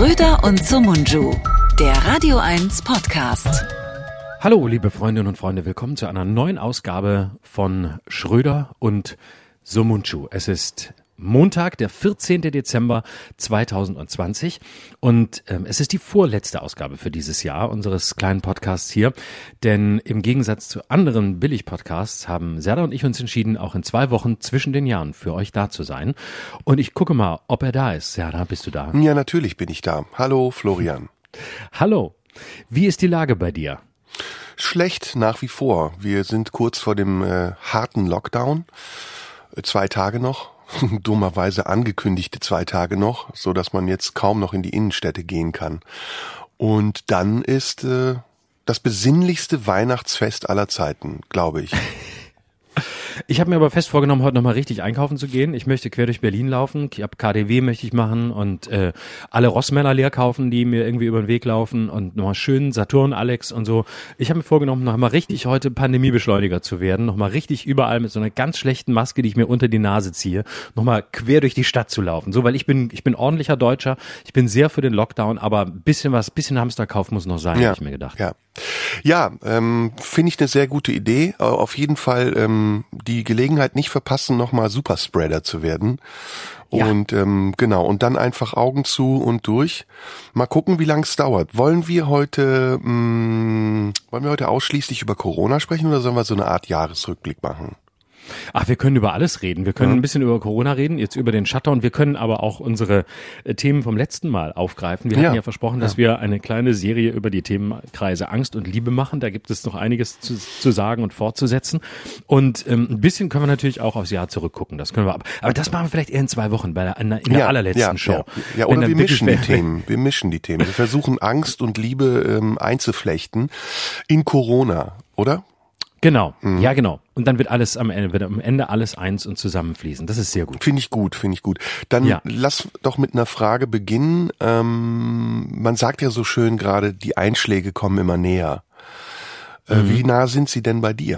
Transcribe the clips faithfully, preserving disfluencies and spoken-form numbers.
Schröder und Somunju, der Radio eins Podcast. Hallo, liebe Freundinnen und Freunde, willkommen zu einer neuen Ausgabe von Schröder und Somunju. Es ist Montag, der vierzehnten Dezember zweitausendzwanzig und ähm, es ist die vorletzte Ausgabe für dieses Jahr unseres kleinen Podcasts hier, denn im Gegensatz zu anderen Billig-Podcasts haben Serda und ich uns entschieden, auch in zwei Wochen zwischen den Jahren für euch da zu sein und ich gucke mal, ob er da ist. Serda, bist du da? Ja, natürlich bin ich da. Hallo, Florian. Hallo, wie ist die Lage bei dir? Schlecht nach wie vor. Wir sind kurz vor dem äh, harten Lockdown. Zwei Tage noch. Dummerweise angekündigte zwei Tage noch, so dass man jetzt kaum noch in die Innenstädte gehen kann. Und dann ist äh, das besinnlichste Weihnachtsfest aller Zeiten, glaube ich. Ich habe mir aber fest vorgenommen, heute nochmal richtig einkaufen zu gehen. Ich möchte quer durch Berlin laufen. Ich hab K D W möchte ich machen und äh, alle Rossmänner leer kaufen, die mir irgendwie über den Weg laufen und nochmal schön Saturn, Alex und so. Ich habe mir vorgenommen, nochmal richtig heute Pandemiebeschleuniger zu werden. Nochmal richtig überall mit so einer ganz schlechten Maske, die ich mir unter die Nase ziehe, nochmal quer durch die Stadt zu laufen. So, weil ich bin ich bin ordentlicher Deutscher. Ich bin sehr für den Lockdown, aber ein bisschen was, bisschen Hamsterkauf muss noch sein, ja, habe ich mir gedacht. Ja, ja ähm, finde ich eine sehr gute Idee. Auf jeden Fall ähm, die Gelegenheit nicht verpassen, nochmal Superspreader zu werden. Ja. Und ähm, genau, und dann einfach Augen zu und durch. Mal gucken, wie lange es dauert. Wollen wir heute mh, wollen wir heute ausschließlich über Corona sprechen oder sollen wir so eine Art Jahresrückblick machen? Ach, wir können über alles reden. Wir können ja. ein bisschen über Corona reden, jetzt über den Shutdown. Wir können aber auch unsere äh, Themen vom letzten Mal aufgreifen. Wir ja. hatten ja versprochen, dass ja. wir eine kleine Serie über die Themenkreise Angst und Liebe machen. Da gibt es noch einiges zu, zu sagen und fortzusetzen. Und ähm, ein bisschen können wir natürlich auch aufs Jahr zurückgucken. Das können wir aber. Aber das machen wir vielleicht eher in zwei Wochen bei der, in der ja, allerletzten ja, Show. Ja, ja oder wir mischen die Themen. Wir mischen die Themen. Wir versuchen Angst und Liebe ähm, einzuflechten in Corona, oder? Genau, mhm. ja genau. Und dann wird alles am Ende, wird am Ende alles eins und zusammenfließen. Das ist sehr gut. Finde ich gut, finde ich gut. Dann ja. lass doch mit einer Frage beginnen. Ähm, man sagt ja so schön gerade, die Einschläge kommen immer näher. Äh, mhm. Wie nah sind sie denn bei dir?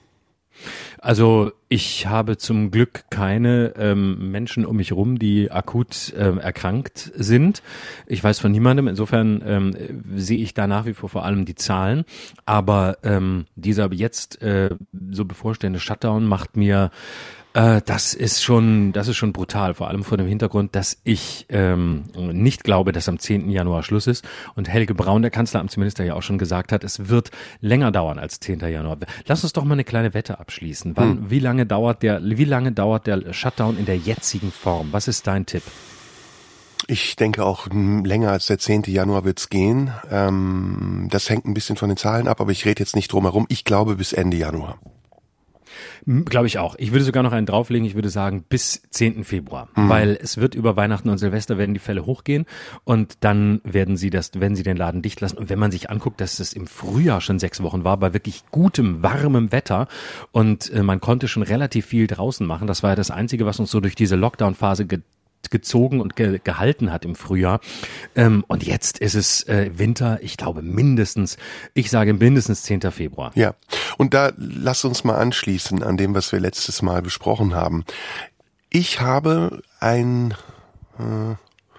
Also ich habe zum Glück keine ähm, Menschen um mich rum, die akut ähm, erkrankt sind. Ich weiß von niemandem. Insofern ähm, sehe ich da nach wie vor vor allem die Zahlen. Aber ähm, dieser jetzt äh, so bevorstehende Shutdown macht mir Äh, das ist schon, das ist schon brutal, vor allem vor dem Hintergrund, dass ich ähm, nicht glaube, dass am zehnten Januar Schluss ist und Helge Braun, der Kanzleramtsminister, ja auch schon gesagt hat, es wird länger dauern als zehnten Januar. Lass uns doch mal eine kleine Wette abschließen. Wann, hm. wie lange dauert der, wie lange dauert der Shutdown in der jetzigen Form? Was ist dein Tipp? Ich denke auch, länger als der zehnten Januar wird's gehen. Ähm, das hängt ein bisschen von den Zahlen ab, aber ich rede jetzt nicht drum herum. Ich glaube bis Ende Januar. Glaube ich auch. Ich würde sogar noch einen drauflegen. Ich würde sagen bis zehnten Februar, mhm. weil es wird über Weihnachten und Silvester werden die Fälle hochgehen und dann werden sie das, werden sie den Laden dicht lassen. Und wenn man sich anguckt, dass es im Frühjahr schon sechs Wochen war, bei wirklich gutem, warmem Wetter und äh, man konnte schon relativ viel draußen machen. Das war ja das Einzige, was uns so durch diese Lockdown-Phase ge- gezogen und ge- gehalten hat im Frühjahr. Ähm, und jetzt ist es äh, Winter, ich glaube mindestens, ich sage mindestens zehnten Februar. Ja, und da lass uns mal anschließen an dem, was wir letztes Mal besprochen haben. Ich habe ein äh,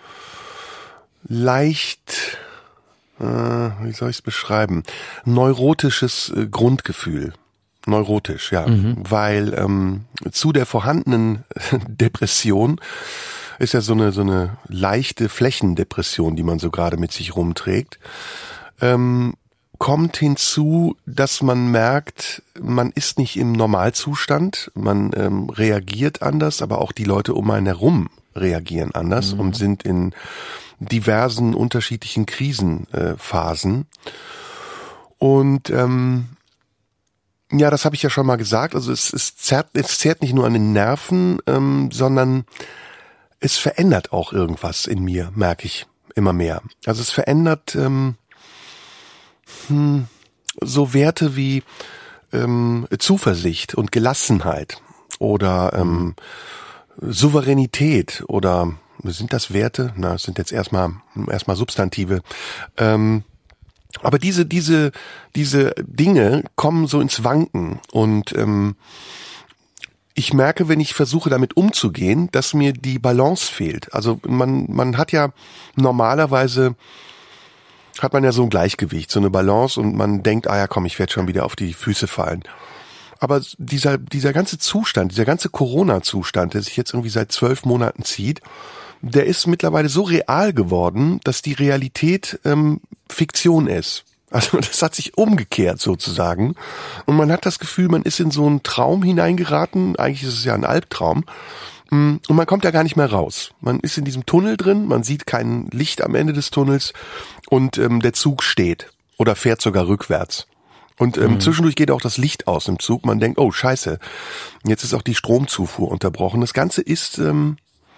leicht, äh, wie soll ich es beschreiben, neurotisches äh, Grundgefühl. Neurotisch, ja, mhm. weil ähm, zu der vorhandenen Depression ist ja so eine so eine leichte Flächendepression, die man so gerade mit sich rumträgt. Ähm, kommt hinzu, dass man merkt, man ist nicht im Normalzustand, man ähm, reagiert anders, aber auch die Leute um einen herum reagieren anders mhm. und sind in diversen unterschiedlichen Krisenphasen. Äh, und ähm, ja, das habe ich ja schon mal gesagt. Also es, es, zerrt, es zerrt nicht nur an den Nerven, ähm, sondern es verändert auch irgendwas in mir, merke ich immer mehr. Also es verändert ähm, hm, so Werte wie ähm, Zuversicht und Gelassenheit oder ähm, Souveränität oder sind das Werte? Na, es sind jetzt erstmal erstmal Substantive. Ähm, aber diese diese diese Dinge kommen so ins Wanken und ähm, ich merke, wenn ich versuche, damit umzugehen, dass mir die Balance fehlt. Also man, man hat ja normalerweise, hat man ja so ein Gleichgewicht, so eine Balance und man denkt, ah ja komm, ich werde schon wieder auf die Füße fallen. Aber dieser, dieser ganze Zustand, dieser ganze Corona-Zustand, der sich jetzt irgendwie seit zwölf Monaten zieht, der ist mittlerweile so real geworden, dass die Realität ähm, Fiktion ist. Also das hat sich umgekehrt sozusagen und man hat das Gefühl, man ist in so einen Traum hineingeraten, eigentlich ist es ja ein Albtraum und man kommt ja gar nicht mehr raus. Man ist in diesem Tunnel drin, man sieht kein Licht am Ende des Tunnels und ähm, der Zug steht oder fährt sogar rückwärts. Und ähm, mhm. zwischendurch geht auch das Licht aus im Zug, man denkt, oh scheiße, jetzt ist auch die Stromzufuhr unterbrochen. Das Ganze ist ähm,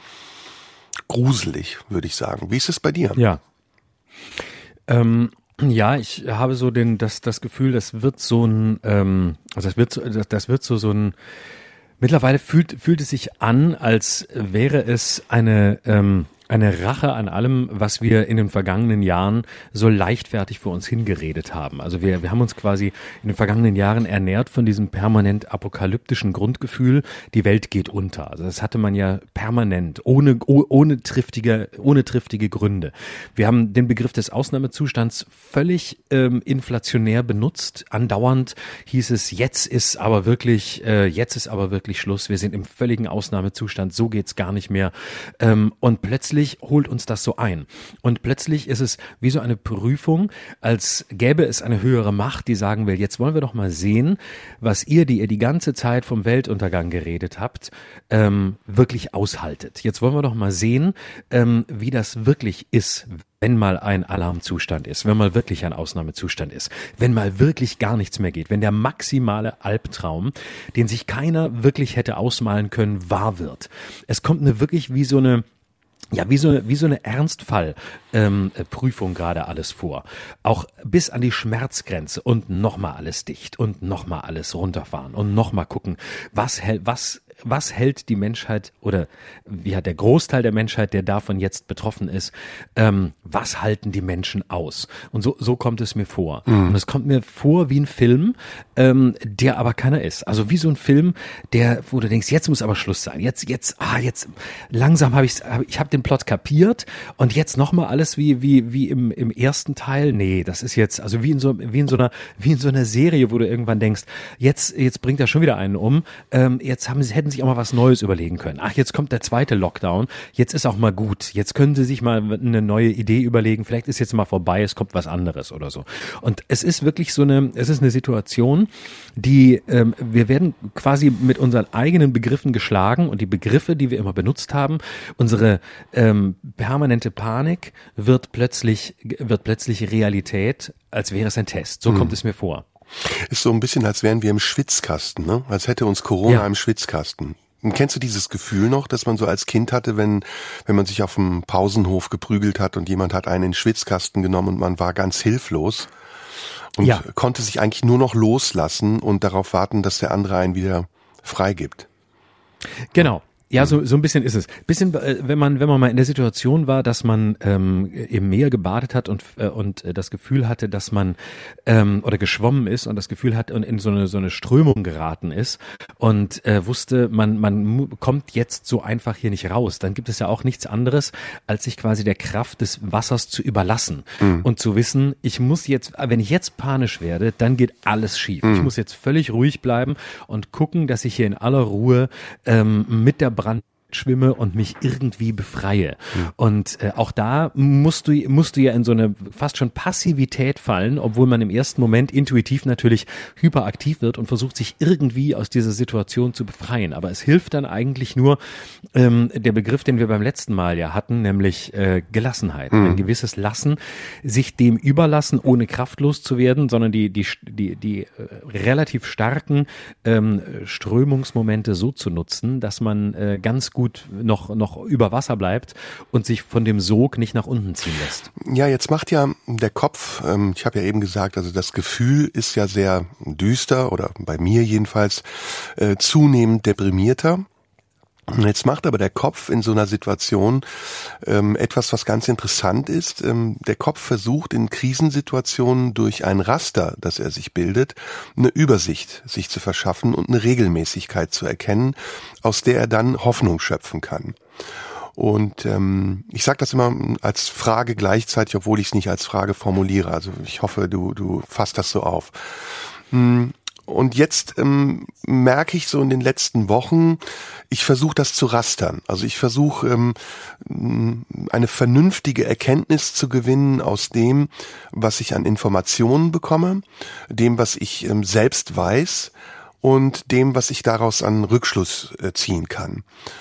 gruselig, würde ich sagen. Wie ist es bei dir? Ja. Ähm Ja, ich habe so den das das Gefühl, das wird so ein ähm, also das wird so, das, das wird so so ein mittlerweile fühlt fühlt es sich an, als wäre es eine ähm, eine Rache an allem, was wir in den vergangenen Jahren so leichtfertig vor uns hingeredet haben. Also wir, wir haben uns quasi in den vergangenen Jahren ernährt von diesem permanent apokalyptischen Grundgefühl, die Welt geht unter. Also das hatte man ja permanent, ohne, ohne triftige, ohne triftige Gründe. Wir haben den Begriff des Ausnahmezustands völlig ähm, inflationär benutzt. Andauernd hieß es, jetzt ist aber wirklich, äh, jetzt ist aber wirklich Schluss. Wir sind im völligen Ausnahmezustand. So geht's gar nicht mehr. Ähm, und plötzlich holt uns das so ein. Und plötzlich ist es wie so eine Prüfung, als gäbe es eine höhere Macht, die sagen will, jetzt wollen wir doch mal sehen, was ihr, die ihr die ganze Zeit vom Weltuntergang geredet habt, ähm, wirklich aushaltet. Jetzt wollen wir doch mal sehen, ähm, wie das wirklich ist, wenn mal ein Alarmzustand ist, wenn mal wirklich ein Ausnahmezustand ist, wenn mal wirklich gar nichts mehr geht, wenn der maximale Albtraum, den sich keiner wirklich hätte ausmalen können, wahr wird. Es kommt mir wirklich wie so eine Ja, wie so eine, wie so eine Ernstfall-Prüfung ähm, gerade alles vor. Auch bis an die Schmerzgrenze und nochmal alles dicht und nochmal alles runterfahren und nochmal gucken, was hält, was, was hält die Menschheit oder wie hat der Großteil der Menschheit, der davon jetzt betroffen ist, ähm, was halten die Menschen aus? Und so, so kommt es mir vor. Mhm. Und es kommt mir vor wie ein Film, ähm, der aber keiner ist. Also wie so ein Film, der, wo du denkst, jetzt muss aber Schluss sein. Jetzt, jetzt, ah, jetzt, langsam habe ich, hab, ich habe den Plot kapiert und jetzt nochmal alles wie, wie, wie im, im ersten Teil. Nee, das ist jetzt, also wie in so, wie in so einer, wie in so einer Serie, wo du irgendwann denkst, jetzt, jetzt bringt er schon wieder einen um, ähm, jetzt haben sie, hätten sich auch mal was Neues überlegen können. Ach, jetzt kommt der zweite Lockdown, jetzt ist auch mal gut. Jetzt können sie sich mal eine neue Idee überlegen, vielleicht ist jetzt mal vorbei, es kommt was anderes oder so. Und es ist wirklich so eine, es ist eine Situation, die, ähm, wir werden quasi mit unseren eigenen Begriffen geschlagen und die Begriffe, die wir immer benutzt haben, unsere ähm, permanente Panik wird plötzlich, wird plötzlich Realität, als wäre es ein Test. So hm. kommt es mir vor. Ist so ein bisschen, als wären wir im Schwitzkasten, ne? Als hätte uns Corona ja. im Schwitzkasten. Und kennst du dieses Gefühl noch, dass man so als Kind hatte, wenn wenn man sich auf dem Pausenhof geprügelt hat und jemand hat einen in den Schwitzkasten genommen und man war ganz hilflos und ja. konnte sich eigentlich nur noch loslassen und darauf warten, dass der andere einen wieder freigibt? Genau. Ja, so so ein bisschen ist es. Bisschen, äh, wenn man wenn man mal in der Situation war, dass man ähm, im Meer gebadet hat und äh, und äh, das Gefühl hatte, dass man ähm, oder geschwommen ist und das Gefühl hat und in so eine so eine Strömung geraten ist und äh, wusste, man man kommt jetzt so einfach hier nicht raus, dann gibt es ja auch nichts anderes, als sich quasi der Kraft des Wassers zu überlassen mhm. und zu wissen, ich muss jetzt, wenn ich jetzt panisch werde, dann geht alles schief. Mhm. Ich muss jetzt völlig ruhig bleiben und gucken, dass ich hier in aller Ruhe ähm, mit der Brand schwimme und mich irgendwie befreie. Mhm. Und äh, auch da musst du musst du ja in so eine fast schon Passivität fallen, obwohl man im ersten Moment intuitiv natürlich hyperaktiv wird und versucht, sich irgendwie aus dieser Situation zu befreien. Aber es hilft dann eigentlich nur ähm, der Begriff, den wir beim letzten Mal ja hatten, nämlich äh, Gelassenheit. Mhm. Ein gewisses Lassen, sich dem überlassen, ohne kraftlos zu werden, sondern die die die die äh, relativ starken ähm, Strömungsmomente so zu nutzen, dass man äh, ganz gut noch noch über Wasser bleibt und sich von dem Sog nicht nach unten ziehen lässt. Ja, jetzt macht ja der Kopf, ähm, ich habe ja eben gesagt, also das Gefühl ist ja sehr düster oder bei mir jedenfalls äh, zunehmend deprimierter. Jetzt macht aber der Kopf in so einer Situation ähm, etwas, was ganz interessant ist. Ähm, der Kopf versucht in Krisensituationen durch ein Raster, das er sich bildet, eine Übersicht sich zu verschaffen und eine Regelmäßigkeit zu erkennen, aus der er dann Hoffnung schöpfen kann. Und ähm, ich sage das immer als Frage gleichzeitig, obwohl ich es nicht als Frage formuliere. Also ich hoffe, du, du fasst das so auf. Hm. Und jetzt ähm, merke ich so in den letzten Wochen, ich versuche das zu rastern. Also ich versuche ähm, eine vernünftige Erkenntnis zu gewinnen aus dem, was ich an Informationen bekomme, dem, was ich ähm, selbst weiß und dem, was ich daraus an Rückschluss äh, ziehen kann.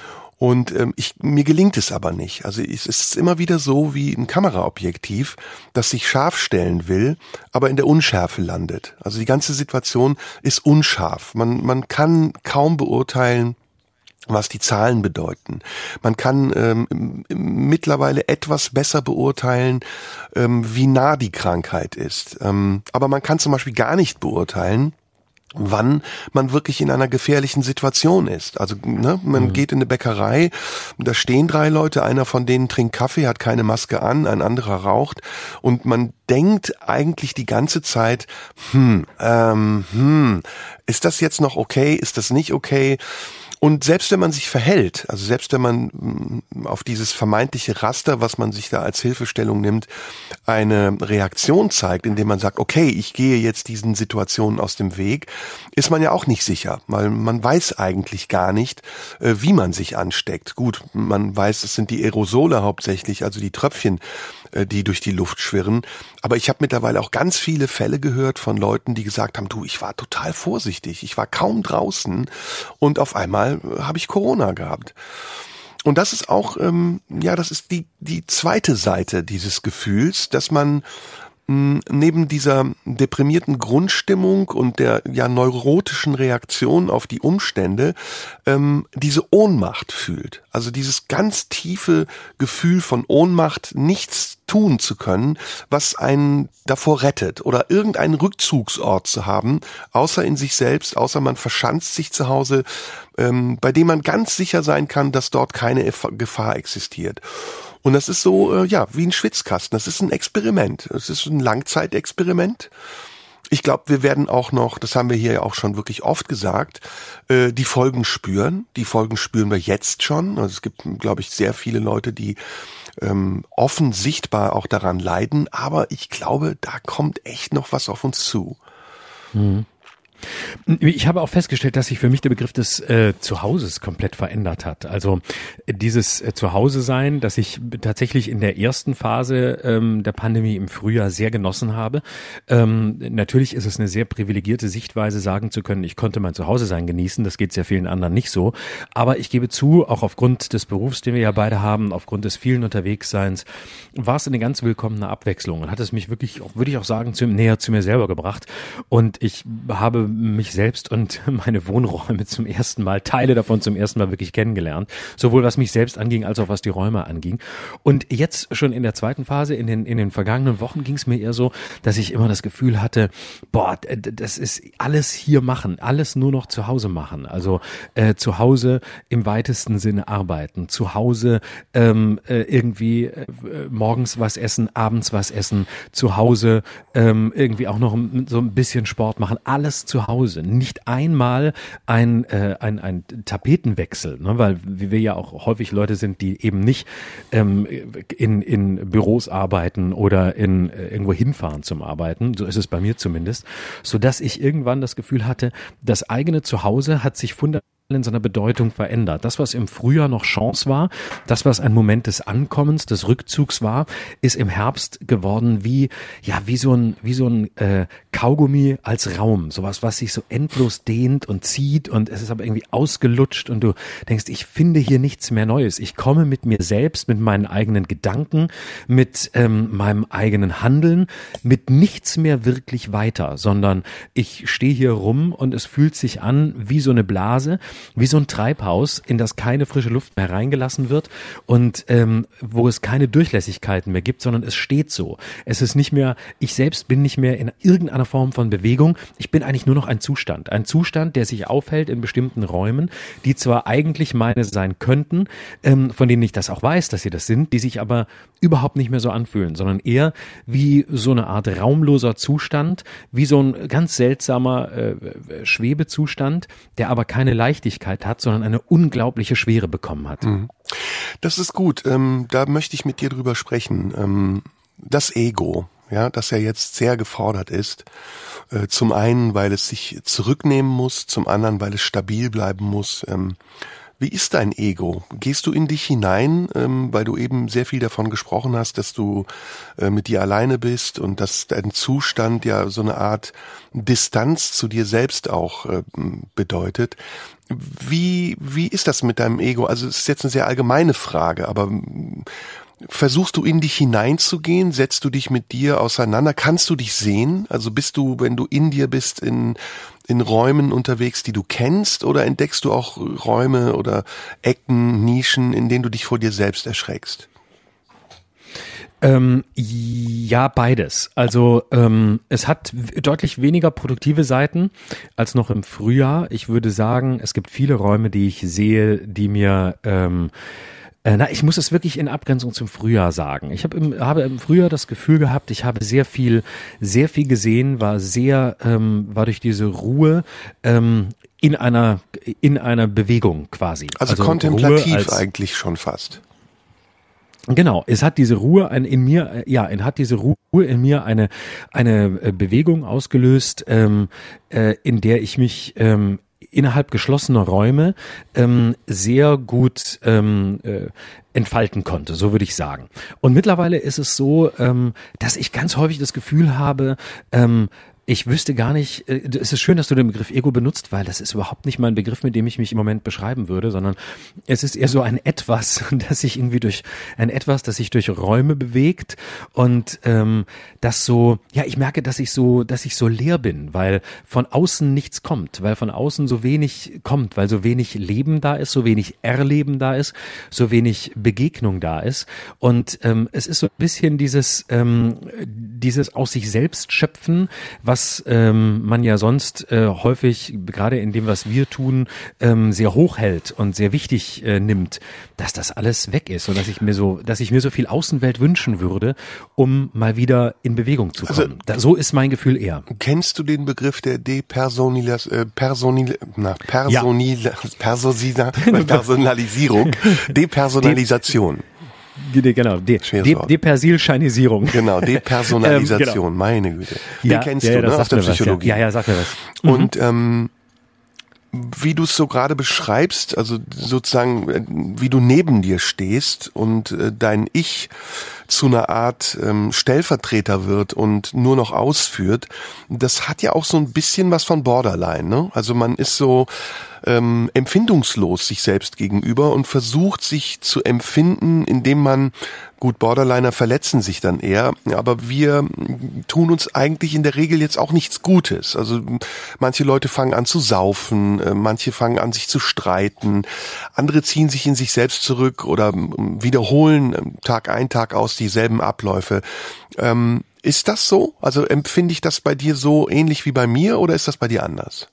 Und ähm, ich, mir gelingt es aber nicht. Also es ist immer wieder so wie ein Kameraobjektiv, das sich scharf stellen will, aber in der Unschärfe landet. Also die ganze Situation ist unscharf. Man, man kann kaum beurteilen, was die Zahlen bedeuten. Man kann ähm, mittlerweile etwas besser beurteilen, ähm, wie nah die Krankheit ist. Ähm, aber man kann zum Beispiel gar nicht beurteilen, wann man wirklich in einer gefährlichen Situation ist. Also ne, man mhm. geht in eine Bäckerei, da stehen drei Leute, einer von denen trinkt Kaffee, hat keine Maske an, ein anderer raucht und man denkt eigentlich die ganze Zeit, hm, ähm, hm, ist das jetzt noch okay, ist das nicht okay? Und selbst wenn man sich verhält, also selbst wenn man auf dieses vermeintliche Raster, was man sich da als Hilfestellung nimmt, eine Reaktion zeigt, indem man sagt, okay, ich gehe jetzt diesen Situationen aus dem Weg, ist man ja auch nicht sicher, weil man weiß eigentlich gar nicht, wie man sich ansteckt. Gut, man weiß, es sind die Aerosole hauptsächlich, also die Tröpfchen, die durch die Luft schwirren. Aber ich habe mittlerweile auch ganz viele Fälle gehört von Leuten, die gesagt haben, du, ich war total vorsichtig, ich war kaum draußen und auf einmal habe ich Corona gehabt. Und das ist auch, ähm, ja, das ist die die zweite Seite dieses Gefühls, dass man mh, neben dieser deprimierten Grundstimmung und der ja neurotischen Reaktion auf die Umstände ähm, diese Ohnmacht fühlt. Also dieses ganz tiefe Gefühl von Ohnmacht, nichts tun zu können, was einen davor rettet oder irgendeinen Rückzugsort zu haben, außer in sich selbst, außer man verschanzt sich zu Hause, ähm, bei dem man ganz sicher sein kann, dass dort keine Gefahr existiert. Und das ist so, äh, ja, wie ein Schwitzkasten. Das ist ein Experiment. Es ist ein Langzeitexperiment. Ich glaube, wir werden auch noch, das haben wir hier ja auch schon wirklich oft gesagt, äh, die Folgen spüren. Die Folgen spüren wir jetzt schon. Also es gibt, glaube ich, sehr viele Leute, die ähm, offen sichtbar auch daran leiden. Aber ich glaube, da kommt echt noch was auf uns zu. Mhm. Ich habe auch festgestellt, dass sich für mich der Begriff des äh, Zuhauses komplett verändert hat. Also dieses äh, Zuhause-Sein, das ich tatsächlich in der ersten Phase ähm, der Pandemie im Frühjahr sehr genossen habe. Ähm, natürlich ist es eine sehr privilegierte Sichtweise, sagen zu können, ich konnte mein Zuhause-Sein genießen. Das geht sehr vielen anderen nicht so. Aber ich gebe zu, auch aufgrund des Berufs, den wir ja beide haben, aufgrund des vielen Unterwegsseins, war es eine ganz willkommene Abwechslung und hat es mich wirklich, würde ich auch sagen, zu, näher zu mir selber gebracht. Und ich habe mich selbst und meine Wohnräume zum ersten Mal, Teile davon zum ersten Mal wirklich kennengelernt. Sowohl was mich selbst anging, als auch was die Räume anging. Und jetzt schon in der zweiten Phase, in den, in den vergangenen Wochen ging es mir eher so, dass ich immer das Gefühl hatte, boah, das ist alles hier machen, alles nur noch zu Hause machen. Also äh, zu Hause im weitesten Sinne arbeiten, zu Hause ähm, äh, irgendwie äh, morgens was essen, abends was essen, zu Hause ähm, irgendwie auch noch so ein bisschen Sport machen, alles zu Hause. Nicht einmal ein, äh, ein, ein Tapetenwechsel, ne? Weil wir ja auch häufig Leute sind, die eben nicht ähm, in, in Büros arbeiten oder in äh, irgendwo hinfahren zum Arbeiten. So ist es bei mir zumindest. Sodass ich irgendwann das Gefühl hatte, das eigene Zuhause hat sich fundamental in seiner Bedeutung verändert. Das, was im Frühjahr noch Chance war, das, was ein Moment des Ankommens, des Rückzugs war, ist im Herbst geworden wie, ja, wie so ein, wie so ein äh, Kaugummi als Raum. Sowas, was sich so endlos dehnt und zieht und es ist aber irgendwie ausgelutscht und du denkst, ich finde hier nichts mehr Neues. Ich komme mit mir selbst, mit meinen eigenen Gedanken, mit ähm, meinem eigenen Handeln, mit nichts mehr wirklich weiter, sondern ich stehe hier rum und es fühlt sich an wie so eine Blase, wie so ein Treibhaus, in das keine frische Luft mehr reingelassen wird und ähm, wo es keine Durchlässigkeiten mehr gibt, sondern es steht so. Es ist nicht mehr, ich selbst bin nicht mehr in irgendeiner Form von Bewegung. Ich bin eigentlich nur noch ein Zustand. Ein Zustand, der sich aufhält in bestimmten Räumen, die zwar eigentlich meine sein könnten, ähm, von denen ich das auch weiß, dass sie das sind, die sich aber überhaupt nicht mehr so anfühlen, sondern eher wie so eine Art raumloser Zustand, wie so ein ganz seltsamer äh, Schwebezustand, der aber keine Leichtigkeit hat, sondern eine unglaubliche Schwere bekommen hat. Das ist gut. Ähm, da möchte ich mit dir drüber sprechen. Ähm, das Ego, ja, das ja jetzt sehr gefordert ist. Äh, zum einen, weil es sich zurücknehmen muss, zum anderen, weil es stabil bleiben muss. Ähm, Wie ist dein Ego? Gehst du in dich hinein, ähm, weil du eben sehr viel davon gesprochen hast, dass du äh, mit dir alleine bist und dass dein Zustand ja so eine Art Distanz zu dir selbst auch äh, bedeutet. Wie, wie ist das mit deinem Ego? Also es ist jetzt eine sehr allgemeine Frage, aber versuchst du in dich hineinzugehen? Setzt du dich mit dir auseinander? Kannst du dich sehen? Also bist du, wenn du in dir bist, in in Räumen unterwegs, die du kennst, oder entdeckst du auch Räume oder Ecken, Nischen, in denen du dich vor dir selbst erschreckst? Ähm, ja, beides. Also ähm, es hat w- deutlich weniger produktive Seiten als noch im Frühjahr. Ich würde sagen, es gibt viele Räume, die ich sehe, die mir ähm, Na, ich muss es wirklich in Abgrenzung zum Frühjahr sagen. Ich habe im, habe im Frühjahr das Gefühl gehabt, ich habe sehr viel, sehr viel gesehen, war sehr, ähm, war durch diese Ruhe ähm, in einer, in einer Bewegung quasi. Also, also kontemplativ eigentlich schon fast. Genau, es hat diese Ruhe ein, in mir, ja, es hat diese Ruhe in mir eine eine Bewegung ausgelöst, ähm, äh, in der ich mich ähm, innerhalb geschlossener Räume ähm, sehr gut ähm, äh, entfalten konnte, so würde ich sagen. Und mittlerweile ist es so, ähm, dass ich ganz häufig das Gefühl habe, ähm, ich wüsste gar nicht, äh, es ist schön, dass du den Begriff Ego benutzt, weil das ist überhaupt nicht mein Begriff, mit dem ich mich im Moment beschreiben würde, sondern es ist eher so ein Etwas, das sich irgendwie durch, ein Etwas, das sich durch Räume bewegt und ähm, das so, ja, ich merke, dass ich so, dass ich so leer bin, weil von außen nichts kommt, weil von außen so wenig kommt, weil so wenig Leben da ist, so wenig Erleben da ist, so wenig Begegnung da ist und ähm, es ist so ein bisschen dieses, ähm, dieses aus sich selbst schöpfen, was was ähm, man ja sonst äh, häufig, gerade in dem, was wir tun, ähm, sehr hoch hält und sehr wichtig äh, nimmt, dass das alles weg ist und dass ich mir so, dass ich mir so viel Außenwelt wünschen würde, um mal wieder in Bewegung zu kommen. Also, da, so ist mein Gefühl eher. Kennst du den Begriff der Depersonilis, äh, Personil, na, Personil, ja. Persosina, Personalisierung, Depersonalisation? Genau, De- De- Depersilschinisierung. Genau, Depersonalisation, ähm, genau. Meine Güte. Den ja, kennst ja, du, ne, aus der Psychologie. Was, ja. ja, ja, sag mir was. Mhm. Und ähm, wie du es so gerade beschreibst, also sozusagen, wie du neben dir stehst und äh, dein Ich zu einer Art ähm, Stellvertreter wird und nur noch ausführt, das hat ja auch so ein bisschen was von Borderline, ne? Also man ist so ähm, empfindungslos sich selbst gegenüber und versucht sich zu empfinden, indem man, gut, Borderliner verletzen sich dann eher, aber wir tun uns eigentlich in der Regel jetzt auch nichts Gutes. Also manche Leute fangen an zu saufen, äh, manche fangen an sich zu streiten, andere ziehen sich in sich selbst zurück oder ähm, wiederholen äh, Tag ein, Tag aus dieselben Abläufe. Ähm, ist das so? Also empfinde ich das bei dir so ähnlich wie bei mir oder ist das bei dir anders?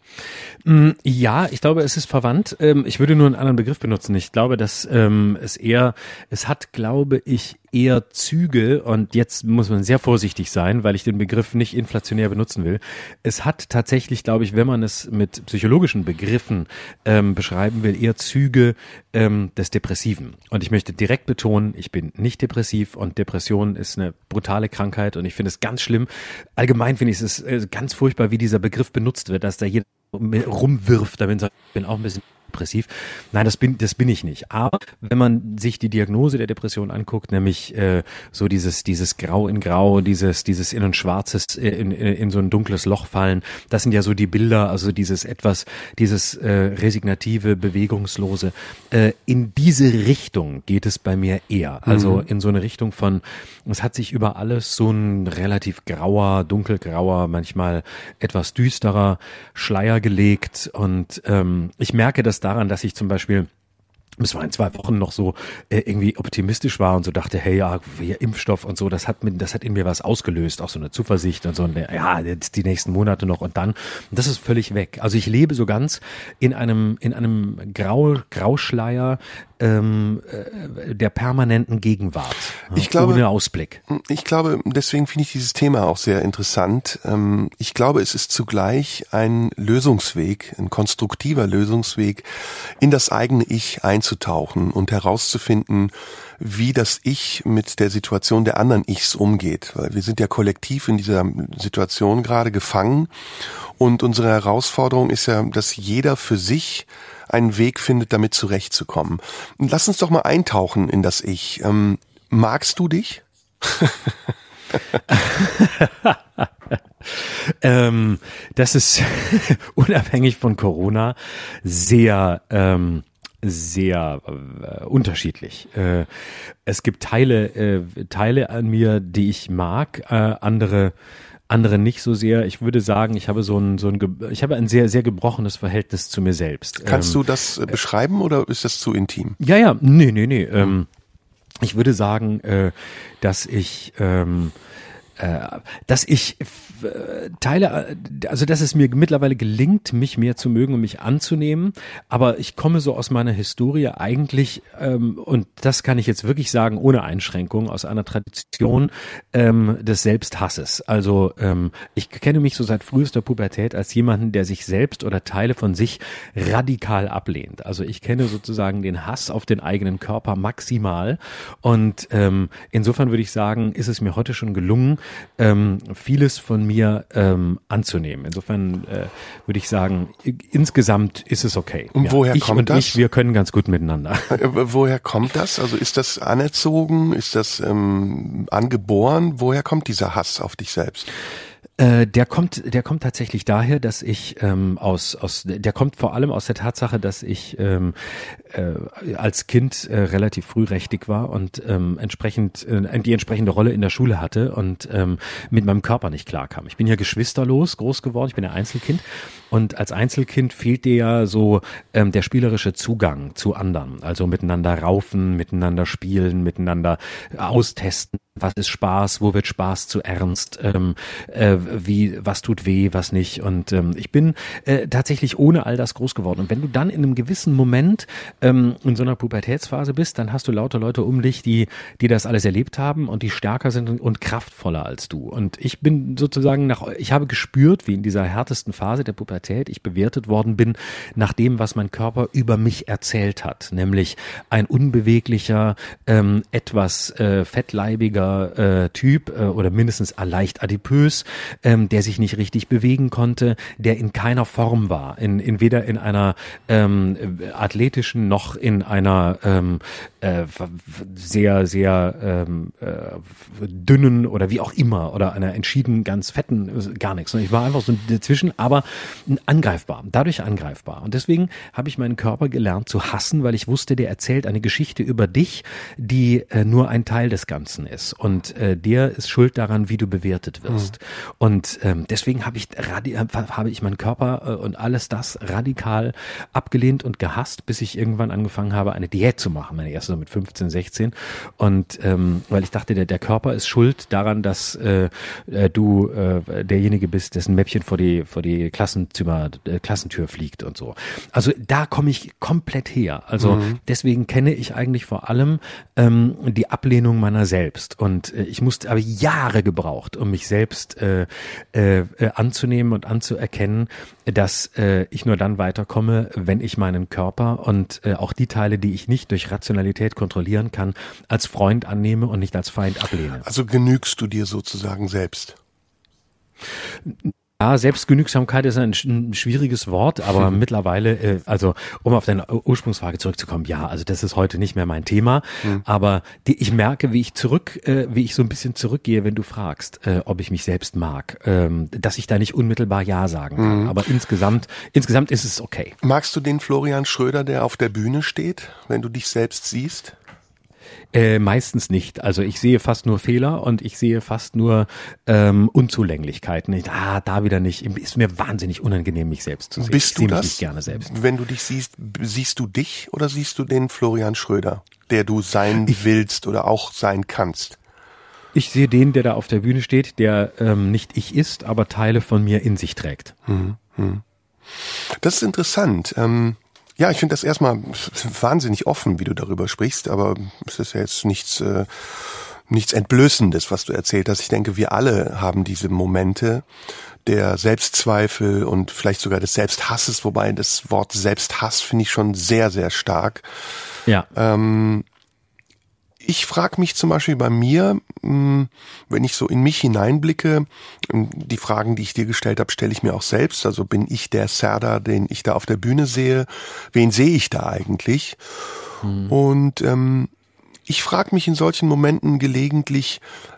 Ja, ich glaube, es ist verwandt. Ich würde nur einen anderen Begriff benutzen. Ich glaube, dass ähm, es eher, es hat, glaube ich, eher Züge, und jetzt muss man sehr vorsichtig sein, weil ich den Begriff nicht inflationär benutzen will. Es hat tatsächlich, glaube ich, wenn man es mit psychologischen Begriffen ähm, beschreiben will, eher Züge ähm, des Depressiven. Und ich möchte direkt betonen, ich bin nicht depressiv und Depression ist eine brutale Krankheit und ich finde es ganz schlimm. Allgemein finde ich es äh, ganz furchtbar, wie dieser Begriff benutzt wird, dass da jeder rumwirft, damit ich bin auch ein bisschen depressiv. Nein, das bin das bin ich nicht. Aber wenn man sich die Diagnose der Depression anguckt, nämlich äh, so dieses dieses Grau in Grau, dieses dieses in ein schwarzes in, in, in so ein dunkles Loch fallen, das sind ja so die Bilder, also dieses etwas dieses äh, resignative, bewegungslose. Äh, in diese Richtung geht es bei mir eher. Also mhm. in so eine Richtung von, es hat sich über alles so ein relativ grauer, dunkelgrauer, manchmal etwas düsterer Schleier gelegt und ähm, ich merke das daran, dass ich zum Beispiel bis vor ein, zwei Wochen noch so äh, irgendwie optimistisch war und so dachte, hey, ja, Impfstoff und so, das hat mit, das hat in mir was ausgelöst, auch so eine Zuversicht und so, und, ja, jetzt die nächsten Monate noch und dann, und das ist völlig weg. Also ich lebe so ganz in einem, in einem Grau, Grauschleier ähm, äh, der permanenten Gegenwart, ich glaube, ohne Ausblick. Ich glaube, deswegen finde ich dieses Thema auch sehr interessant. Ähm, ich glaube, es ist zugleich ein Lösungsweg, ein konstruktiver Lösungsweg, in das eigene Ich einzutauchen und herauszufinden, wie das Ich mit der Situation der anderen Ichs umgeht. Weil wir sind ja kollektiv in dieser Situation gerade gefangen und unsere Herausforderung ist ja, dass jeder für sich einen Weg findet, damit zurechtzukommen. Lass uns doch mal eintauchen in das Ich. Ähm, magst du dich? ähm, das ist unabhängig von Corona sehr ähm, sehr äh, unterschiedlich. Äh, es gibt Teile äh, Teile an mir, die ich mag, äh, andere andere nicht so sehr. Ich würde sagen, ich habe so ein so ein ich habe ein sehr sehr gebrochenes Verhältnis zu mir selbst. Kannst ähm, du das äh, beschreiben oder ist das zu intim? Ja, ja, nee, nee, nee. Ähm, ich würde sagen, äh, dass ich ähm, dass ich Teile, also dass es mir mittlerweile gelingt, mich mehr zu mögen und mich anzunehmen, aber ich komme so aus meiner Historie eigentlich, ähm, und das kann ich jetzt wirklich sagen, ohne Einschränkung, aus einer Tradition ähm, des Selbsthasses. Also ähm, ich kenne mich so seit frühester Pubertät als jemanden, der sich selbst oder Teile von sich radikal ablehnt. Also ich kenne sozusagen den Hass auf den eigenen Körper maximal und ähm, insofern würde ich sagen, ist es mir heute schon gelungen, Ähm, vieles von mir ähm, anzunehmen. Insofern äh, würde ich sagen, insgesamt ist es okay. Und ja, woher ich kommt und das? Ich, wir können ganz gut miteinander. Woher kommt das? Also ist das anerzogen? Ist das ähm, angeboren? Woher kommt dieser Hass auf dich selbst? Äh, der kommt, der kommt tatsächlich daher, dass ich ähm, aus, aus, der kommt vor allem aus der Tatsache, dass ich ähm, äh, als Kind äh, relativ frührechtig war und ähm, entsprechend äh, die entsprechende Rolle in der Schule hatte und ähm, mit meinem Körper nicht klarkam. Ich bin ja geschwisterlos groß geworden, ich bin ein Einzelkind und als Einzelkind fehlt dir ja so ähm, der spielerische Zugang zu anderen, also miteinander raufen, miteinander spielen, miteinander austesten. Was ist Spaß? Wo wird Spaß zu ernst? Ähm, äh, wie, was tut weh, was nicht? Und ähm, ich bin äh, tatsächlich ohne all das groß geworden. Und wenn du dann in einem gewissen Moment ähm, in so einer Pubertätsphase bist, dann hast du lauter Leute um dich, die, die das alles erlebt haben und die stärker sind und, und kraftvoller als du. Und ich bin sozusagen nach, ich habe gespürt, wie in dieser härtesten Phase der Pubertät ich bewertet worden bin nach dem, was mein Körper über mich erzählt hat, nämlich ein unbeweglicher, ähm, etwas äh, fettleibiger Äh, Typ äh, oder mindestens leicht adipös, ähm, der sich nicht richtig bewegen konnte, der in keiner Form war, in, in weder in einer ähm, athletischen noch in einer ähm, äh, sehr, sehr ähm, äh, dünnen oder wie auch immer oder einer entschieden ganz fetten, gar nichts. Ich war einfach so dazwischen, aber angreifbar, dadurch angreifbar. Und deswegen habe ich meinen Körper gelernt zu hassen, weil ich wusste, der erzählt eine Geschichte über dich, die äh, nur ein Teil des Ganzen ist. Und äh, der ist schuld daran, wie du bewertet wirst. Mhm. Und ähm, deswegen habe ich radi- habe ich meinen Körper äh, und alles das radikal abgelehnt und gehasst, bis ich irgendwann angefangen habe, eine Diät zu machen. Meine erste so mit fünfzehn, sechzehn. Und ähm, weil ich dachte, der, der Körper ist schuld daran, dass äh, du äh, derjenige bist, dessen Mäppchen vor die vor die Klassenzimmer, äh, Klassentür fliegt und so. Also da komme ich komplett her. Also mhm. deswegen kenne ich eigentlich vor allem ähm, die Ablehnung meiner selbst. Und äh, ich musste aber Jahre gebraucht, um mich selbst äh, äh, anzunehmen und anzuerkennen, dass äh, ich nur dann weiterkomme, wenn ich meinen Körper und äh, auch die Teile, die ich nicht durch Rationalität kontrollieren kann, als Freund annehme und nicht als Feind ablehne. Also genügst du dir sozusagen selbst? Ja, Selbstgenügsamkeit ist ein, ein schwieriges Wort, aber mhm. mittlerweile, äh, also um auf deine Ursprungsfrage zurückzukommen, ja, also das ist heute nicht mehr mein Thema, mhm. aber die, ich merke, wie ich zurück, äh, wie ich so ein bisschen zurückgehe, wenn du fragst, äh, ob ich mich selbst mag, ähm, dass ich da nicht unmittelbar Ja sagen kann, mhm. aber insgesamt, insgesamt ist es okay. Magst du den Florian Schröder, der auf der Bühne steht, wenn du dich selbst siehst? Äh, meistens nicht. Also ich sehe fast nur Fehler und ich sehe fast nur ähm, Unzulänglichkeiten. Ich, ah, da wieder nicht. Ist mir wahnsinnig unangenehm, mich selbst zu sehen. Bist ich du sehe das? Mich nicht gerne selbst. Wenn du dich siehst, siehst du dich oder siehst du den Florian Schröder, der du sein ich, willst oder auch sein kannst? Ich sehe den, der da auf der Bühne steht, der ähm, nicht ich ist, aber Teile von mir in sich trägt. Hm, hm. Das ist interessant. Ähm, Ja, ich finde das erstmal wahnsinnig offen, wie du darüber sprichst, aber es ist ja jetzt nichts, äh, nichts Entblößendes, was du erzählt hast. Ich denke, wir alle haben diese Momente der Selbstzweifel und vielleicht sogar des Selbsthasses, wobei das Wort Selbsthass finde ich schon sehr, sehr stark. Ja. Ähm, Ich frage mich zum Beispiel bei mir, wenn ich so in mich hineinblicke, die Fragen, die ich dir gestellt habe, stelle ich mir auch selbst. Also bin ich der Serdar, den ich da auf der Bühne sehe? Wen sehe ich da eigentlich? Hm. Und ähm, ich frage mich in solchen Momenten gelegentlich,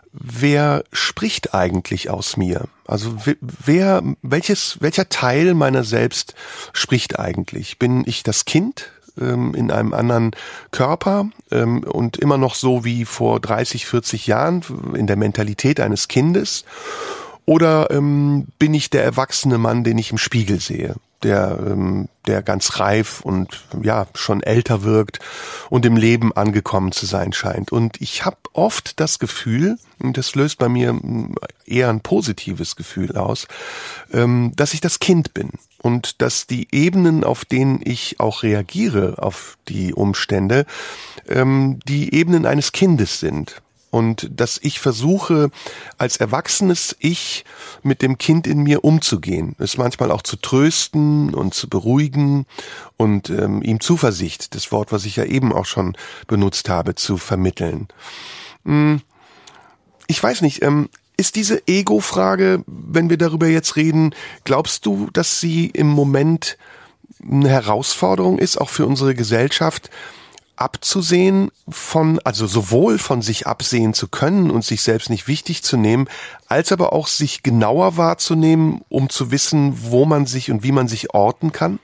wer spricht eigentlich aus mir? Also wer, welches, welcher Teil meiner selbst spricht eigentlich? Bin ich das Kind in einem anderen Körper ähm, und immer noch so wie vor dreißig, vierzig Jahren in der Mentalität eines Kindes? Oder ähm, bin ich der erwachsene Mann, den ich im Spiegel sehe, der ähm, der ganz reif und ja schon älter wirkt und im Leben angekommen zu sein scheint? Und ich habe oft das Gefühl, und das löst bei mir eher ein positives Gefühl aus, ähm, dass ich das Kind bin. Und dass die Ebenen, auf denen ich auch reagiere, auf die Umstände, ähm, die Ebenen eines Kindes sind. Und dass ich versuche, als erwachsenes Ich mit dem Kind in mir umzugehen. Es manchmal auch zu trösten und zu beruhigen und ähm, ihm Zuversicht, das Wort, was ich ja eben auch schon benutzt habe, zu vermitteln. Hm, ich weiß nicht, ähm, ist diese Ego-Frage, wenn wir darüber jetzt reden, glaubst du, dass sie im Moment eine Herausforderung ist, auch für unsere Gesellschaft, abzusehen von, also sowohl von sich absehen zu können und sich selbst nicht wichtig zu nehmen, als aber auch sich genauer wahrzunehmen, um zu wissen, wo man sich und wie man sich orten kann?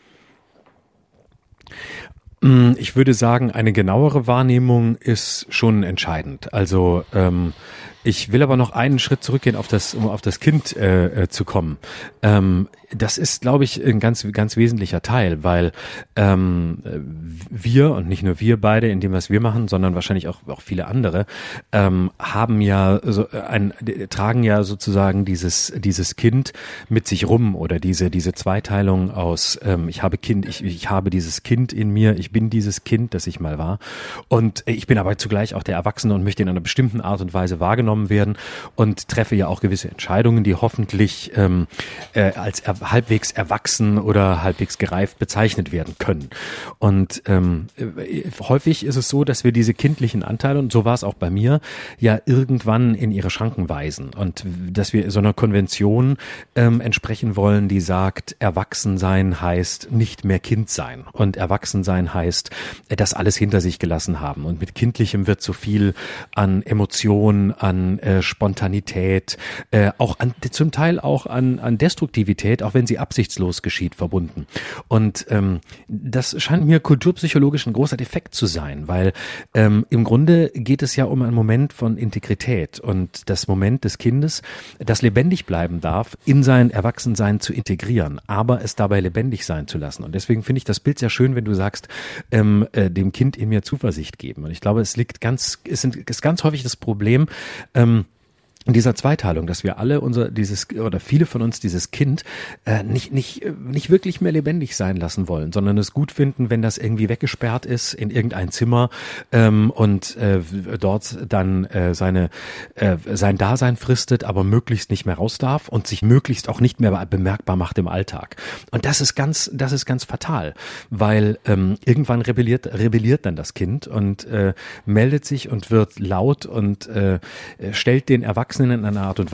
Ich würde sagen, eine genauere Wahrnehmung ist schon entscheidend. Also ähm, ich will aber noch einen Schritt zurückgehen, auf das, um auf das Kind äh, äh, zu kommen. Ähm, das ist, glaube ich, ein ganz, ganz wesentlicher Teil, weil ähm, wir und nicht nur wir beide in dem, was wir machen, sondern wahrscheinlich auch, auch viele andere, ähm, haben ja so ein, tragen ja sozusagen dieses, dieses Kind mit sich rum oder diese, diese Zweiteilung aus, ähm, ich habe Kind, ich, ich habe dieses Kind in mir, ich bin dieses Kind, das ich mal war. Und ich bin aber zugleich auch der Erwachsene und möchte in einer bestimmten Art und Weise wahrgenommen werden und treffe ja auch gewisse Entscheidungen, die hoffentlich ähm, äh, als er, halbwegs erwachsen oder halbwegs gereift bezeichnet werden können. Und ähm, häufig ist es so, dass wir diese kindlichen Anteile, und so war es auch bei mir, ja irgendwann in ihre Schranken weisen und dass wir so einer Konvention ähm, entsprechen wollen, die sagt, erwachsen sein heißt nicht mehr Kind sein und erwachsen sein heißt, das alles hinter sich gelassen haben. Und mit Kindlichem wird so viel an Emotionen, an äh, Spontanität, äh, auch an, zum Teil auch an, an Destruktivität, auch wenn sie absichtslos geschieht, verbunden. Und ähm, das scheint mir kulturpsychologisch ein großer Defekt zu sein, weil ähm, im Grunde geht es ja um einen Moment von Integrität und das Moment des Kindes, das lebendig bleiben darf, in sein Erwachsensein zu integrieren, aber es dabei lebendig sein zu lassen. Und deswegen finde ich das Bild sehr schön, wenn du sagst, ähm, äh, dem Kind in mir Zuversicht geben. Und ich glaube, es liegt ganz, es ist ganz häufig das Problem, ähm, in dieser Zweiteilung, dass wir alle unser dieses oder viele von uns dieses Kind äh, nicht nicht nicht wirklich mehr lebendig sein lassen wollen, sondern es gut finden, wenn das irgendwie weggesperrt ist in irgendein Zimmer ähm, und äh, dort dann äh, seine äh, sein Dasein fristet, aber möglichst nicht mehr raus darf und sich möglichst auch nicht mehr bemerkbar macht im Alltag. Und das ist ganz das ist ganz fatal, weil ähm, irgendwann rebelliert rebelliert dann das Kind und äh, meldet sich und wird laut und äh, stellt den Erwachsenen in einer Art und Weise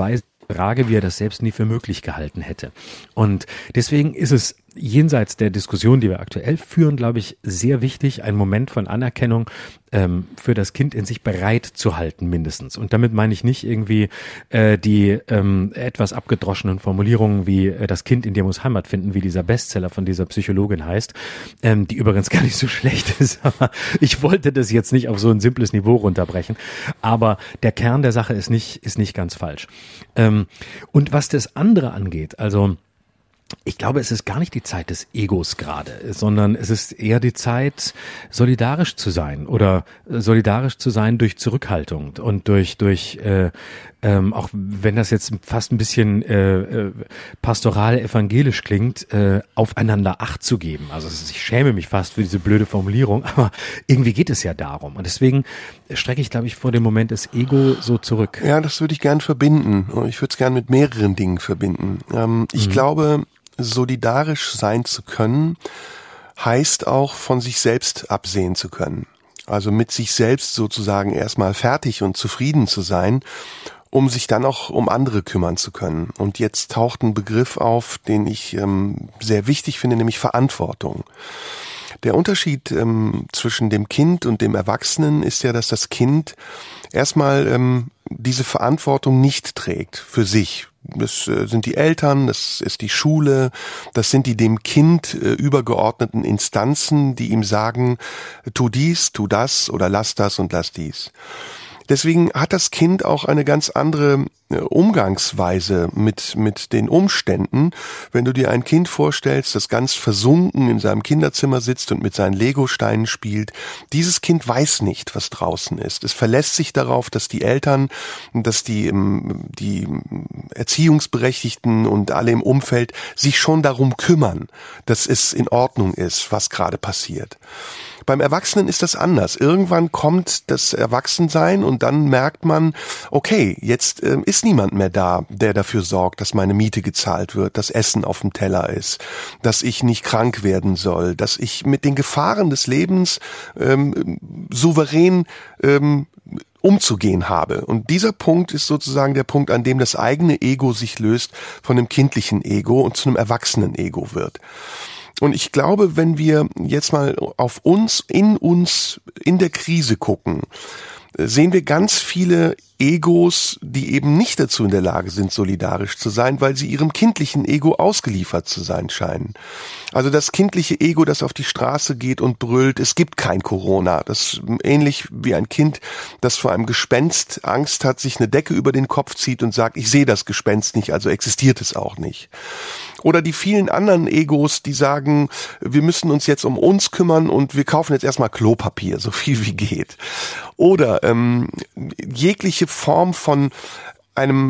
frage, wie er das selbst nie für möglich gehalten hätte. Und deswegen ist es jenseits der Diskussion, die wir aktuell führen, glaube ich, sehr wichtig, einen Moment von Anerkennung ähm, für das Kind in sich bereit zu halten, mindestens. Und damit meine ich nicht irgendwie äh, die ähm, etwas abgedroschenen Formulierungen wie äh, das Kind in dir muss Heimat finden, wie dieser Bestseller von dieser Psychologin heißt, ähm, die übrigens gar nicht so schlecht ist. Aber ich wollte das jetzt nicht auf so ein simples Niveau runterbrechen. Aber der Kern der Sache ist nicht, ist nicht ganz falsch. Ähm, und was das andere angeht, also ich glaube, es ist gar nicht die Zeit des Egos gerade, sondern es ist eher die Zeit, solidarisch zu sein oder solidarisch zu sein durch Zurückhaltung und durch, durch äh, ähm, auch wenn das jetzt fast ein bisschen äh, äh, pastoral evangelisch klingt, äh, aufeinander Acht zu geben. Also ich schäme mich fast für diese blöde Formulierung, aber irgendwie geht es ja darum. Und deswegen strecke ich, glaube ich, vor dem Moment des Ego so zurück. Ja, das würde ich gern verbinden. Ich würde es gern mit mehreren Dingen verbinden. Ähm, ich mhm. glaube, solidarisch sein zu können, heißt auch von sich selbst absehen zu können. Also mit sich selbst sozusagen erstmal fertig und zufrieden zu sein, um sich dann auch um andere kümmern zu können. Und jetzt taucht ein Begriff auf, den ich ähm, sehr wichtig finde, nämlich Verantwortung. Der Unterschied ähm, zwischen dem Kind und dem Erwachsenen ist ja, dass das Kind erstmal ähm, diese Verantwortung nicht trägt für sich. Das äh, sind die Eltern, das ist die Schule, das sind die dem Kind äh, übergeordneten Instanzen, die ihm sagen, tu dies, tu das oder lass das und lass dies. Deswegen hat das Kind auch eine ganz andere Umgangsweise mit mit den Umständen. Wenn du dir ein Kind vorstellst, das ganz versunken in seinem Kinderzimmer sitzt und mit seinen Legosteinen spielt, dieses Kind weiß nicht, was draußen ist. Es verlässt sich darauf, dass die Eltern, dass die die Erziehungsberechtigten und alle im Umfeld sich schon darum kümmern, dass es in Ordnung ist, was gerade passiert. Beim Erwachsenen ist das anders. Irgendwann kommt das Erwachsensein und dann merkt man, okay, jetzt äh, ist niemand mehr da, der dafür sorgt, dass meine Miete gezahlt wird, dass Essen auf dem Teller ist, dass ich nicht krank werden soll, dass ich mit den Gefahren des Lebens ähm, souverän ähm, umzugehen habe. Und dieser Punkt ist sozusagen der Punkt, an dem das eigene Ego sich löst von dem kindlichen Ego und zu einem erwachsenen Ego wird. Und ich glaube, wenn wir jetzt mal auf uns, in uns, in der Krise gucken, sehen wir ganz viele Egos, die eben nicht dazu in der Lage sind, solidarisch zu sein, weil sie ihrem kindlichen Ego ausgeliefert zu sein scheinen. Also das kindliche Ego, das auf die Straße geht und brüllt, es gibt kein Corona. Das ist ähnlich wie ein Kind, das vor einem Gespenst Angst hat, sich eine Decke über den Kopf zieht und sagt, ich sehe das Gespenst nicht, also existiert es auch nicht. Oder die vielen anderen Egos, die sagen, wir müssen uns jetzt um uns kümmern und wir kaufen jetzt erstmal Klopapier, so viel wie geht. Oder ähm, jegliche Form von einem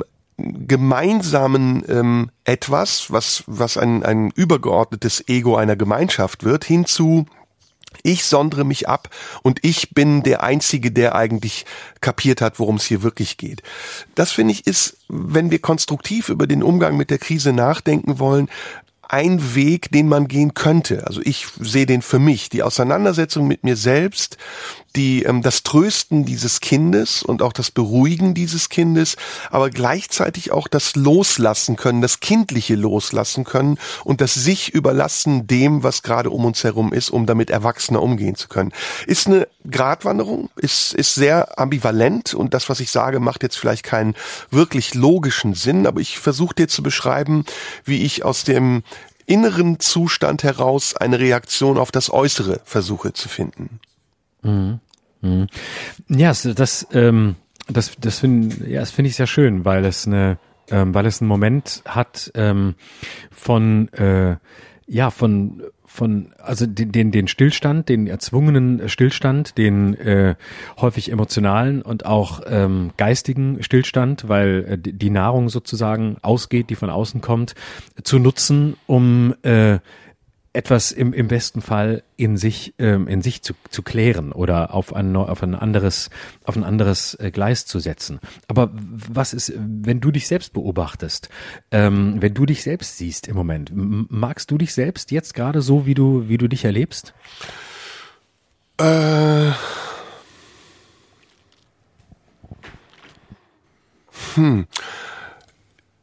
gemeinsamen ähm, etwas, was was ein ein übergeordnetes Ego einer Gemeinschaft wird, hinzu ich sondere mich ab und ich bin der Einzige, der eigentlich kapiert hat, worum es hier wirklich geht. Das, finde ich, ist, wenn wir konstruktiv über den Umgang mit der Krise nachdenken wollen, ein Weg, den man gehen könnte. Also ich sehe den für mich, die Auseinandersetzung mit mir selbst, die ähm, das Trösten dieses Kindes und auch das Beruhigen dieses Kindes, aber gleichzeitig auch das Loslassen können, das kindliche Loslassen können und das sich überlassen dem, was gerade um uns herum ist, um damit erwachsener umgehen zu können. Ist eine Gratwanderung, ist ist sehr ambivalent und das, was ich sage, macht jetzt vielleicht keinen wirklich logischen Sinn, aber ich versuche dir zu beschreiben, wie ich aus dem inneren Zustand heraus eine Reaktion auf das Äußere versuche zu finden. Mhm. Mhm. Ja, das, ähm, das, das finde ja, das finde ich sehr schön, weil es eine, ähm, weil es einen Moment hat ähm, von, äh, ja, von von also den den den Stillstand, den erzwungenen Stillstand, den äh, häufig emotionalen und auch ähm, geistigen Stillstand, weil äh, die Nahrung sozusagen ausgeht, die von außen kommt, zu nutzen, um äh, etwas im im besten Fall in sich ähm, in sich zu zu klären oder auf ein auf ein anderes auf ein anderes äh, Gleis zu setzen. Aber was ist, wenn du dich selbst beobachtest, ähm, wenn du dich selbst siehst im Moment, m- magst du dich selbst jetzt gerade so, wie du wie du dich erlebst? Äh, hm.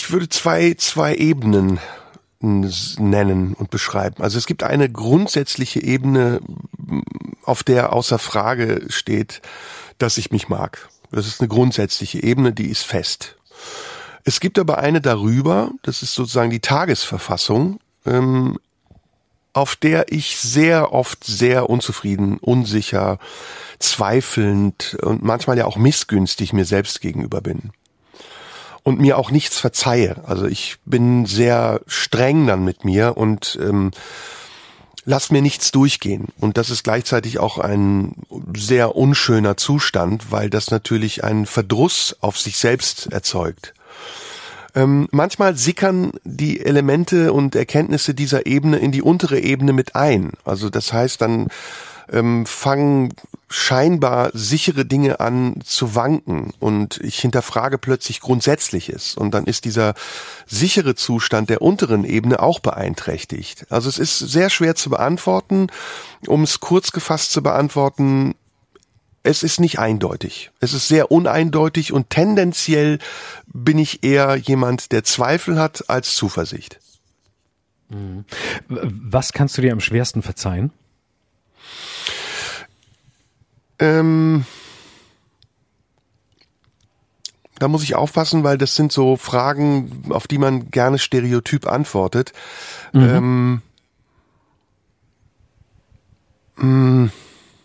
Ich würde zwei, zwei Ebenen nennen und beschreiben. Also es gibt eine grundsätzliche Ebene, auf der außer Frage steht, dass ich mich mag. Das ist eine grundsätzliche Ebene, die ist fest. Es gibt aber eine darüber, das ist sozusagen die Tagesverfassung, ähm, auf der ich sehr oft sehr unzufrieden, unsicher, zweifelnd und manchmal ja auch missgünstig mir selbst gegenüber bin. Und mir auch nichts verzeihe. Also ich bin sehr streng dann mit mir und ähm, lass mir nichts durchgehen. Und das ist gleichzeitig auch ein sehr unschöner Zustand, weil das natürlich einen Verdruss auf sich selbst erzeugt. Ähm, manchmal sickern die Elemente und Erkenntnisse dieser Ebene in die untere Ebene mit ein. Also das heißt, dann ähm, fangen scheinbar sichere Dinge an zu wanken und ich hinterfrage plötzlich Grundsätzliches und dann ist dieser sichere Zustand der unteren Ebene auch beeinträchtigt. Also es ist sehr schwer zu beantworten. Um es kurz gefasst zu beantworten, es ist nicht eindeutig. Es ist sehr uneindeutig und tendenziell bin ich eher jemand, der Zweifel hat als Zuversicht. Was kannst du dir am schwersten verzeihen? Ähm, da muss ich aufpassen, weil das sind so Fragen, auf die man gerne stereotyp antwortet. Mhm. Ähm, mh,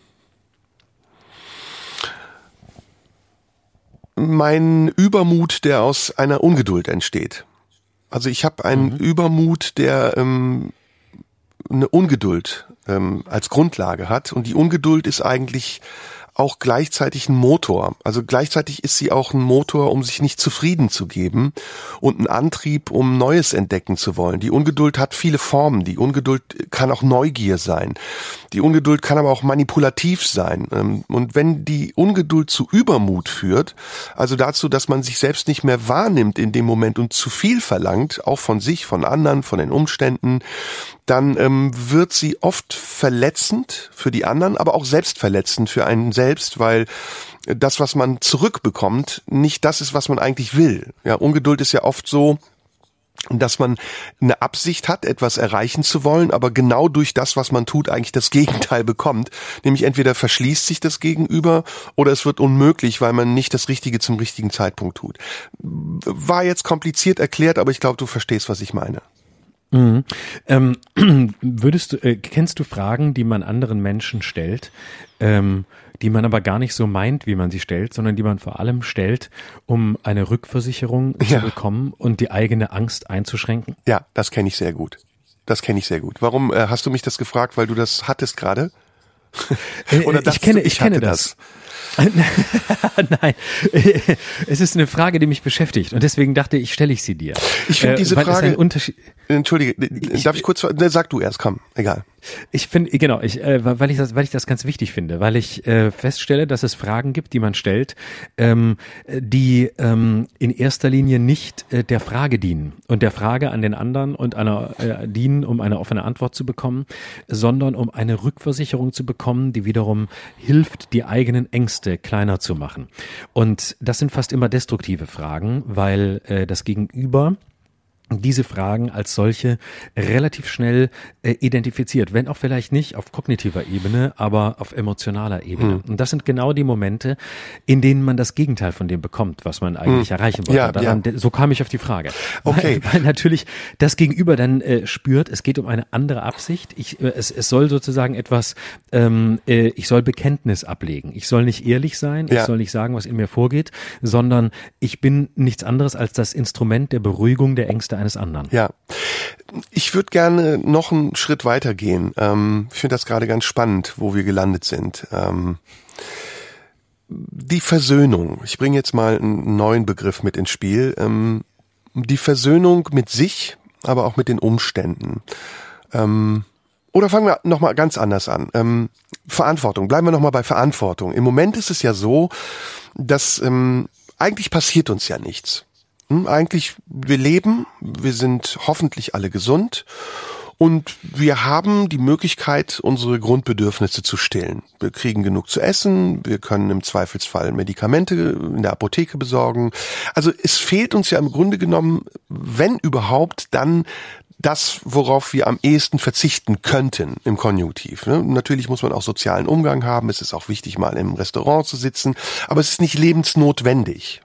mein Übermut, der aus einer Ungeduld entsteht. Also ich habe einen mhm. Übermut, der ähm, eine Ungeduld ähm, als Grundlage hat. Und die Ungeduld ist eigentlich auch gleichzeitig ein Motor. Also gleichzeitig ist sie auch ein Motor, um sich nicht zufrieden zu geben und ein Antrieb, um Neues entdecken zu wollen. Die Ungeduld hat viele Formen. Die Ungeduld kann auch Neugier sein. Die Ungeduld kann aber auch manipulativ sein. Und wenn die Ungeduld zu Übermut führt, also dazu, dass man sich selbst nicht mehr wahrnimmt in dem Moment und zu viel verlangt, auch von sich, von anderen, von den Umständen, dann ähm, wird sie oft verletzend für die anderen, aber auch selbstverletzend für einen selbst, weil das, was man zurückbekommt, nicht das ist, was man eigentlich will. Ja, Ungeduld ist ja oft so, dass man eine Absicht hat, etwas erreichen zu wollen, aber genau durch das, was man tut, eigentlich das Gegenteil bekommt. Nämlich entweder verschließt sich das Gegenüber oder es wird unmöglich, weil man nicht das Richtige zum richtigen Zeitpunkt tut. War jetzt kompliziert erklärt, aber ich glaube, du verstehst, was ich meine. Mhm. Ähm, würdest du, äh, kennst du Fragen, die man anderen Menschen stellt, ähm, die man aber gar nicht so meint, wie man sie stellt, sondern die man vor allem stellt, um eine Rückversicherung ja. zu bekommen und die eigene Angst einzuschränken? Ja, das kenne ich sehr gut. Das kenne ich sehr gut. Warum äh, hast du mich das gefragt, weil du das hattest gerade? Oder ich kenne, ich, ich kenne das. das. Nein, es ist eine Frage, die mich beschäftigt und deswegen dachte ich, stelle ich sie dir. Ich finde diese äh, Frage, Unterschied. Entschuldige, darf ich kurz, ne, sag du erst, komm, egal. Ich finde, genau, ich, äh, weil ich das, weil ich das ganz wichtig finde, weil ich äh, feststelle, dass es Fragen gibt, die man stellt, ähm, die ähm, in erster Linie nicht äh, der Frage dienen und der Frage an den anderen und einer äh, dienen, um eine offene Antwort zu bekommen, sondern um eine Rückversicherung zu bekommen, die wiederum hilft, die eigenen Ängste kleiner zu machen. Und das sind fast immer destruktive Fragen, weil äh, das Gegenüber diese Fragen als solche relativ schnell äh, identifiziert, wenn auch vielleicht nicht auf kognitiver Ebene, aber auf emotionaler Ebene. Hm. Und das sind genau die Momente, in denen man das Gegenteil von dem bekommt, was man eigentlich hm. erreichen wollte. Ja, Daran, ja. So kam ich auf die Frage. Okay. Weil, weil natürlich das Gegenüber dann äh, spürt, es geht um eine andere Absicht. Ich, äh, es, es soll sozusagen etwas, ähm, äh, ich soll Bekenntnis ablegen. Ich soll nicht ehrlich sein, ja. ich soll nicht sagen, was in mir vorgeht, sondern ich bin nichts anderes als das Instrument der Beruhigung der Ängste eines anderen. Ja, ich würde gerne noch einen Schritt weiter gehen. Ähm, ich finde das gerade ganz spannend, wo wir gelandet sind. Ähm, die Versöhnung. Ich bringe jetzt mal einen neuen Begriff mit ins Spiel. Ähm, die Versöhnung mit sich, aber auch mit den Umständen. Ähm, oder fangen wir nochmal ganz anders an. Ähm, Verantwortung. Bleiben wir nochmal bei Verantwortung. Im Moment ist es ja so, dass ähm, eigentlich passiert uns ja nichts. Hm, eigentlich, wir leben, wir sind hoffentlich alle gesund Und wir haben die Möglichkeit, unsere Grundbedürfnisse zu stillen. Wir kriegen genug zu essen, wir können im Zweifelsfall Medikamente in der Apotheke besorgen. Also es fehlt uns ja im Grunde genommen, wenn überhaupt, dann das, worauf wir am ehesten verzichten könnten im Konjunktiv. Natürlich muss man auch sozialen Umgang haben, es ist auch wichtig, mal im Restaurant zu sitzen, aber es ist nicht lebensnotwendig.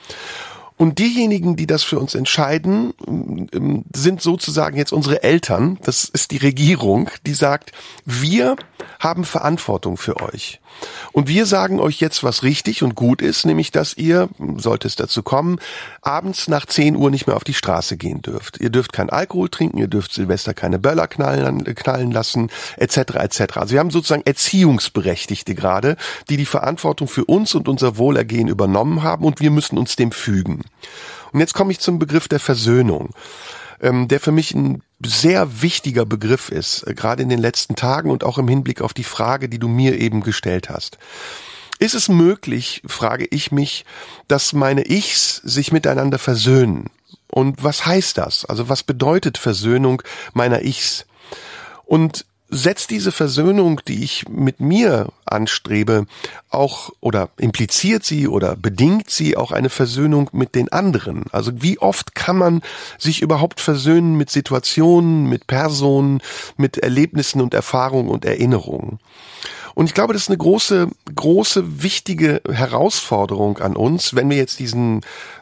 Und diejenigen, die das für uns entscheiden, sind sozusagen jetzt unsere Eltern. Das ist die Regierung, die sagt, wir haben Verantwortung für euch. Und wir sagen euch jetzt, was richtig und gut ist, nämlich, dass ihr, sollte es dazu kommen, abends nach zehn Uhr nicht mehr auf die Straße gehen dürft. Ihr dürft keinen Alkohol trinken, ihr dürft Silvester keine Böller knallen, knallen lassen, et cetera et cetera. Also wir haben sozusagen Erziehungsberechtigte gerade, die die Verantwortung für uns und unser Wohlergehen übernommen haben und wir müssen uns dem fügen. Und jetzt komme ich zum Begriff der Versöhnung, ähm, der für mich ein sehr wichtiger Begriff ist, äh, gerade in den letzten Tagen und auch im Hinblick auf die Frage, die du mir eben gestellt hast. Ist es möglich, frage ich mich, dass meine Ichs sich miteinander versöhnen? Und was heißt das? Also was bedeutet Versöhnung meiner Ichs? Und setzt diese Versöhnung, die ich mit mir anstrebe, auch oder impliziert sie oder bedingt sie auch eine Versöhnung mit den anderen? Also wie oft kann man sich überhaupt versöhnen mit Situationen, mit Personen, mit Erlebnissen und Erfahrungen und Erinnerungen? Und ich glaube, das ist eine große, große, wichtige Herausforderung an uns, wenn wir jetzt diesen,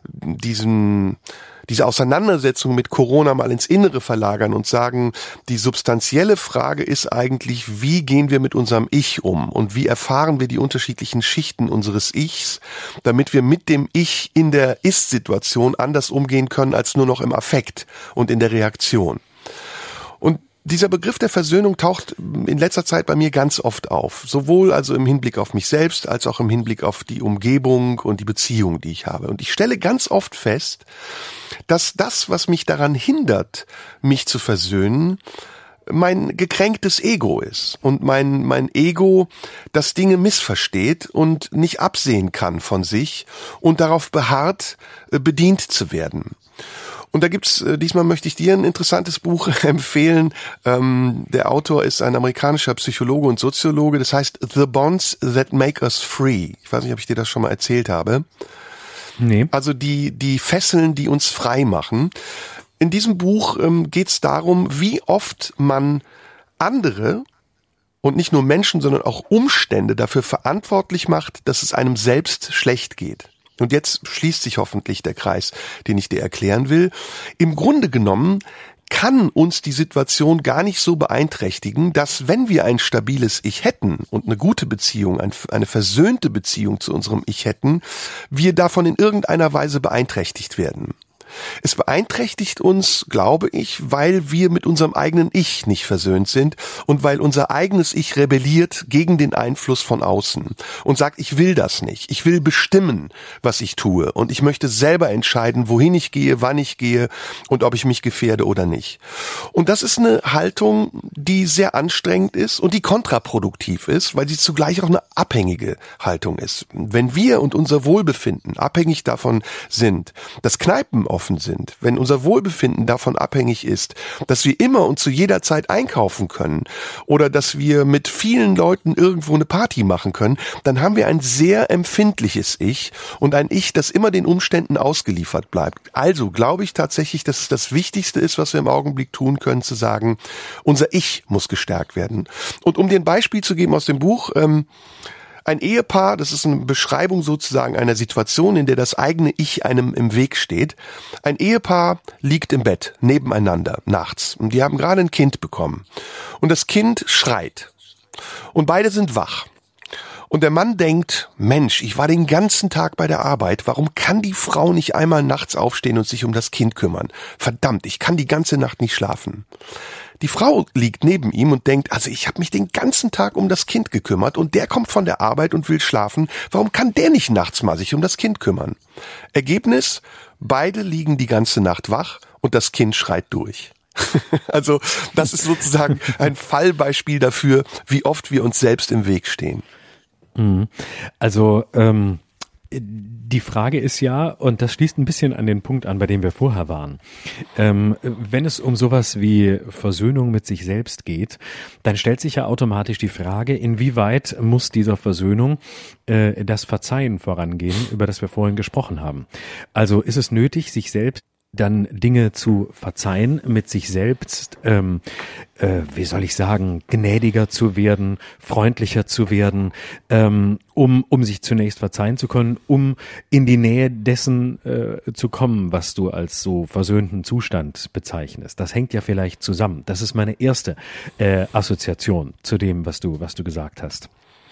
diesen, diese Auseinandersetzung mit Corona mal ins Innere verlagern und sagen, die substanzielle Frage ist eigentlich, wie gehen wir mit unserem Ich um und wie erfahren wir die unterschiedlichen Schichten unseres Ichs, damit wir mit dem Ich in der Ist-Situation anders umgehen können als nur noch im Affekt und in der Reaktion. Und dieser Begriff der Versöhnung taucht in letzter Zeit bei mir ganz oft auf, sowohl also im Hinblick auf mich selbst als auch im Hinblick auf die Umgebung und die Beziehung, die ich habe. Und ich stelle ganz oft fest, dass das, was mich daran hindert, mich zu versöhnen, mein gekränktes Ego ist und mein mein Ego, das Dinge missversteht und nicht absehen kann von sich und darauf beharrt, bedient zu werden. Und da gibt's, diesmal möchte ich dir ein interessantes Buch empfehlen. Ähm, der Autor ist ein amerikanischer Psychologe und Soziologe. Das heißt The Bonds That Make Us Free. Ich weiß nicht, ob ich dir das schon mal erzählt habe. Nee. Also die, die Fesseln, die uns frei machen. In diesem Buch ähm, geht's darum, wie oft man andere und nicht nur Menschen, sondern auch Umstände dafür verantwortlich macht, dass es einem selbst schlecht geht. Und jetzt schließt sich hoffentlich der Kreis, den ich dir erklären will. Im Grunde genommen kann uns die Situation gar nicht so beeinträchtigen, dass wenn wir ein stabiles Ich hätten und eine gute Beziehung, eine versöhnte Beziehung zu unserem Ich hätten, wir davon in irgendeiner Weise beeinträchtigt werden. Es beeinträchtigt uns, glaube ich, weil wir mit unserem eigenen Ich nicht versöhnt sind und weil unser eigenes Ich rebelliert gegen den Einfluss von außen und sagt, ich will das nicht, ich will bestimmen, was ich tue und ich möchte selber entscheiden, wohin ich gehe, wann ich gehe und ob ich mich gefährde oder nicht. Und das ist eine Haltung, die sehr anstrengend ist und die kontraproduktiv ist, weil sie zugleich auch eine abhängige Haltung ist. Wenn wir und unser Wohlbefinden abhängig davon sind, dass Kneipen offen sind, wenn unser Wohlbefinden davon abhängig ist, dass wir immer und zu jeder Zeit einkaufen können oder dass wir mit vielen Leuten irgendwo eine Party machen können, dann haben wir ein sehr empfindliches Ich und ein Ich, das immer den Umständen ausgeliefert bleibt. Also glaube ich tatsächlich, dass es das Wichtigste ist, was wir im Augenblick tun können, zu sagen, unser Ich muss gestärkt werden. Und um dir ein Beispiel zu geben aus dem Buch, ähm, ein Ehepaar, das ist eine Beschreibung sozusagen einer Situation, in der das eigene Ich einem im Weg steht. Ein Ehepaar liegt im Bett nebeneinander nachts und die haben gerade ein Kind bekommen. Und das Kind schreit. Und beide sind wach. Und der Mann denkt, Mensch, ich war den ganzen Tag bei der Arbeit, warum kann die Frau nicht einmal nachts aufstehen und sich um das Kind kümmern? Verdammt, ich kann die ganze Nacht nicht schlafen. Die Frau liegt neben ihm und denkt, also ich habe mich den ganzen Tag um das Kind gekümmert und der kommt von der Arbeit und will schlafen. Warum kann der nicht nachts mal sich um das Kind kümmern? Ergebnis, beide liegen die ganze Nacht wach und das Kind schreit durch. Also das ist sozusagen ein Fallbeispiel dafür, wie oft wir uns selbst im Weg stehen. Also ähm Die Frage ist ja, und das schließt ein bisschen an den Punkt an, bei dem wir vorher waren, ähm, wenn es um sowas wie Versöhnung mit sich selbst geht, dann stellt sich ja automatisch die Frage, inwieweit muss dieser Versöhnung äh, das Verzeihen vorangehen, über das wir vorhin gesprochen haben. Also ist es nötig, sich selbst dann Dinge zu verzeihen, mit sich selbst, ähm, äh, wie soll ich sagen, gnädiger zu werden, freundlicher zu werden, ähm, um um sich zunächst verzeihen zu können, um in die Nähe dessen äh, zu kommen, was du als so versöhnten Zustand bezeichnest. Das hängt ja vielleicht zusammen. Das ist meine erste äh, Assoziation zu dem, was du was du gesagt hast.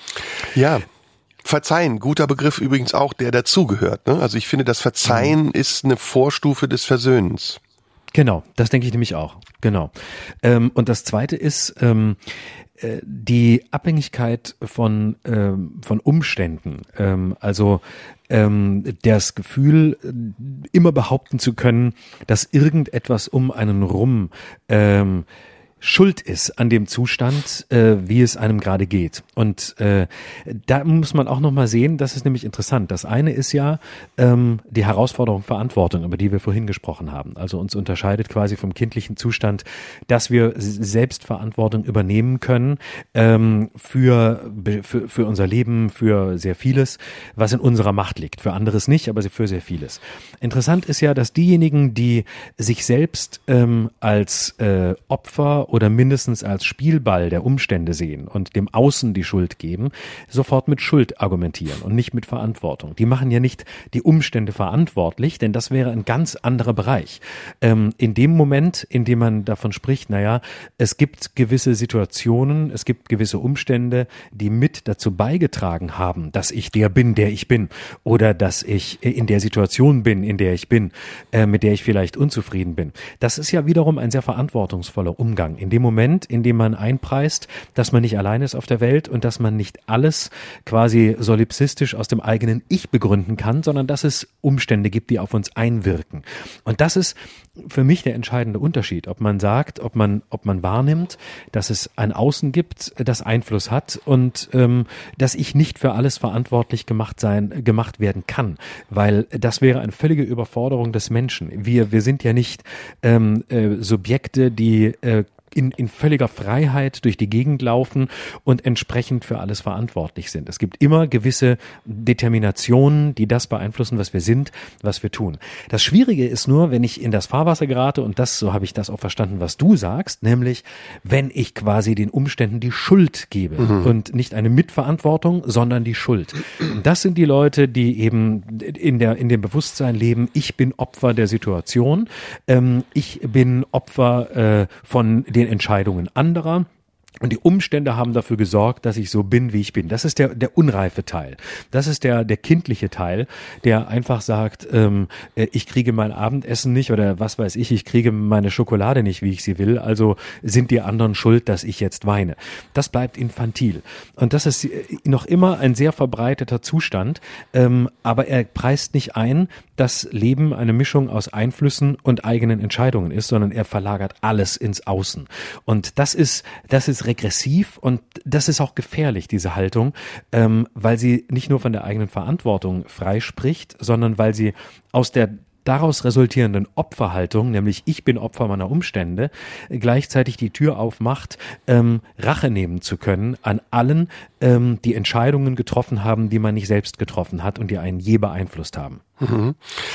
Ja. Verzeihen, guter Begriff übrigens auch, der dazugehört. Ne? Also ich finde, das Verzeihen mhm. ist eine Vorstufe des Versöhnens. Genau, das denke ich nämlich auch. Genau. Ähm, und das Zweite ist ähm, äh, die Abhängigkeit von ähm, von Umständen. Ähm, also ähm, das Gefühl, immer behaupten zu können, dass irgendetwas um einen rum ähm, schuld ist an dem Zustand, äh, wie es einem gerade geht. Und äh, da muss man auch nochmal sehen, das ist nämlich interessant. Das eine ist ja ähm, die Herausforderung Verantwortung, über die wir vorhin gesprochen haben. Also uns unterscheidet quasi vom kindlichen Zustand, dass wir selbst Verantwortung übernehmen können ähm, für, für, für unser Leben, für sehr vieles, was in unserer Macht liegt. Für anderes nicht, aber für sehr vieles. Interessant ist ja, dass diejenigen, die sich selbst ähm, als äh, Opfer oder mindestens als Spielball der Umstände sehen und dem Außen die Schuld geben, sofort mit Schuld argumentieren und nicht mit Verantwortung. Die machen ja nicht die Umstände verantwortlich, denn das wäre ein ganz anderer Bereich. Ähm, in dem Moment, in dem man davon spricht, naja, es gibt gewisse Situationen, es gibt gewisse Umstände, die mit dazu beigetragen haben, dass ich der bin, der ich bin, oder dass ich in der Situation bin, in der ich bin, äh, mit der ich vielleicht unzufrieden bin. Das ist ja wiederum ein sehr verantwortungsvoller Umgang. In dem Moment, in dem man einpreist, dass man nicht allein ist auf der Welt und dass man nicht alles quasi solipsistisch aus dem eigenen Ich begründen kann, sondern dass es Umstände gibt, die auf uns einwirken. Und das ist für mich der entscheidende Unterschied, ob man sagt, ob man, ob man wahrnimmt, dass es ein Außen gibt, das Einfluss hat und ähm, dass ich nicht für alles verantwortlich gemacht sein, gemacht werden kann, weil das wäre eine völlige Überforderung des Menschen. Wir, wir sind ja nicht ähm, äh, Subjekte, die äh, In, in völliger Freiheit durch die Gegend laufen und entsprechend für alles verantwortlich sind. Es gibt immer gewisse Determinationen, die das beeinflussen, was wir sind, was wir tun. Das Schwierige ist nur, wenn ich in das Fahrwasser gerate, und das, so habe ich das auch verstanden, was du sagst, nämlich, wenn ich quasi den Umständen die Schuld gebe mhm. und nicht eine Mitverantwortung, sondern die Schuld. Und das sind die Leute, die eben in der, in dem Bewusstsein leben, ich bin Opfer der Situation, ähm, ich bin Opfer äh, von den Entscheidungen anderer. Und die Umstände haben dafür gesorgt, dass ich so bin, wie ich bin. Das ist der der unreife Teil. Das ist der der kindliche Teil, der einfach sagt, ähm, ich kriege mein Abendessen nicht oder was weiß ich, ich kriege meine Schokolade nicht, wie ich sie will. Also sind die anderen schuld, dass ich jetzt weine. Das bleibt infantil. Und das ist noch immer ein sehr verbreiteter Zustand. Ähm, aber er preist nicht ein, dass Leben eine Mischung aus Einflüssen und eigenen Entscheidungen ist, sondern er verlagert alles ins Außen. Und das ist das ist regressiv und das ist auch gefährlich, diese Haltung, ähm, weil sie nicht nur von der eigenen Verantwortung freispricht, sondern weil sie aus der daraus resultierenden Opferhaltung, nämlich ich bin Opfer meiner Umstände, gleichzeitig die Tür aufmacht, ähm, Rache nehmen zu können an allen, ähm, die Entscheidungen getroffen haben, die man nicht selbst getroffen hat und die einen je beeinflusst haben. Mhm.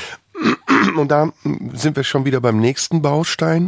Und da sind wir schon wieder beim nächsten Baustein.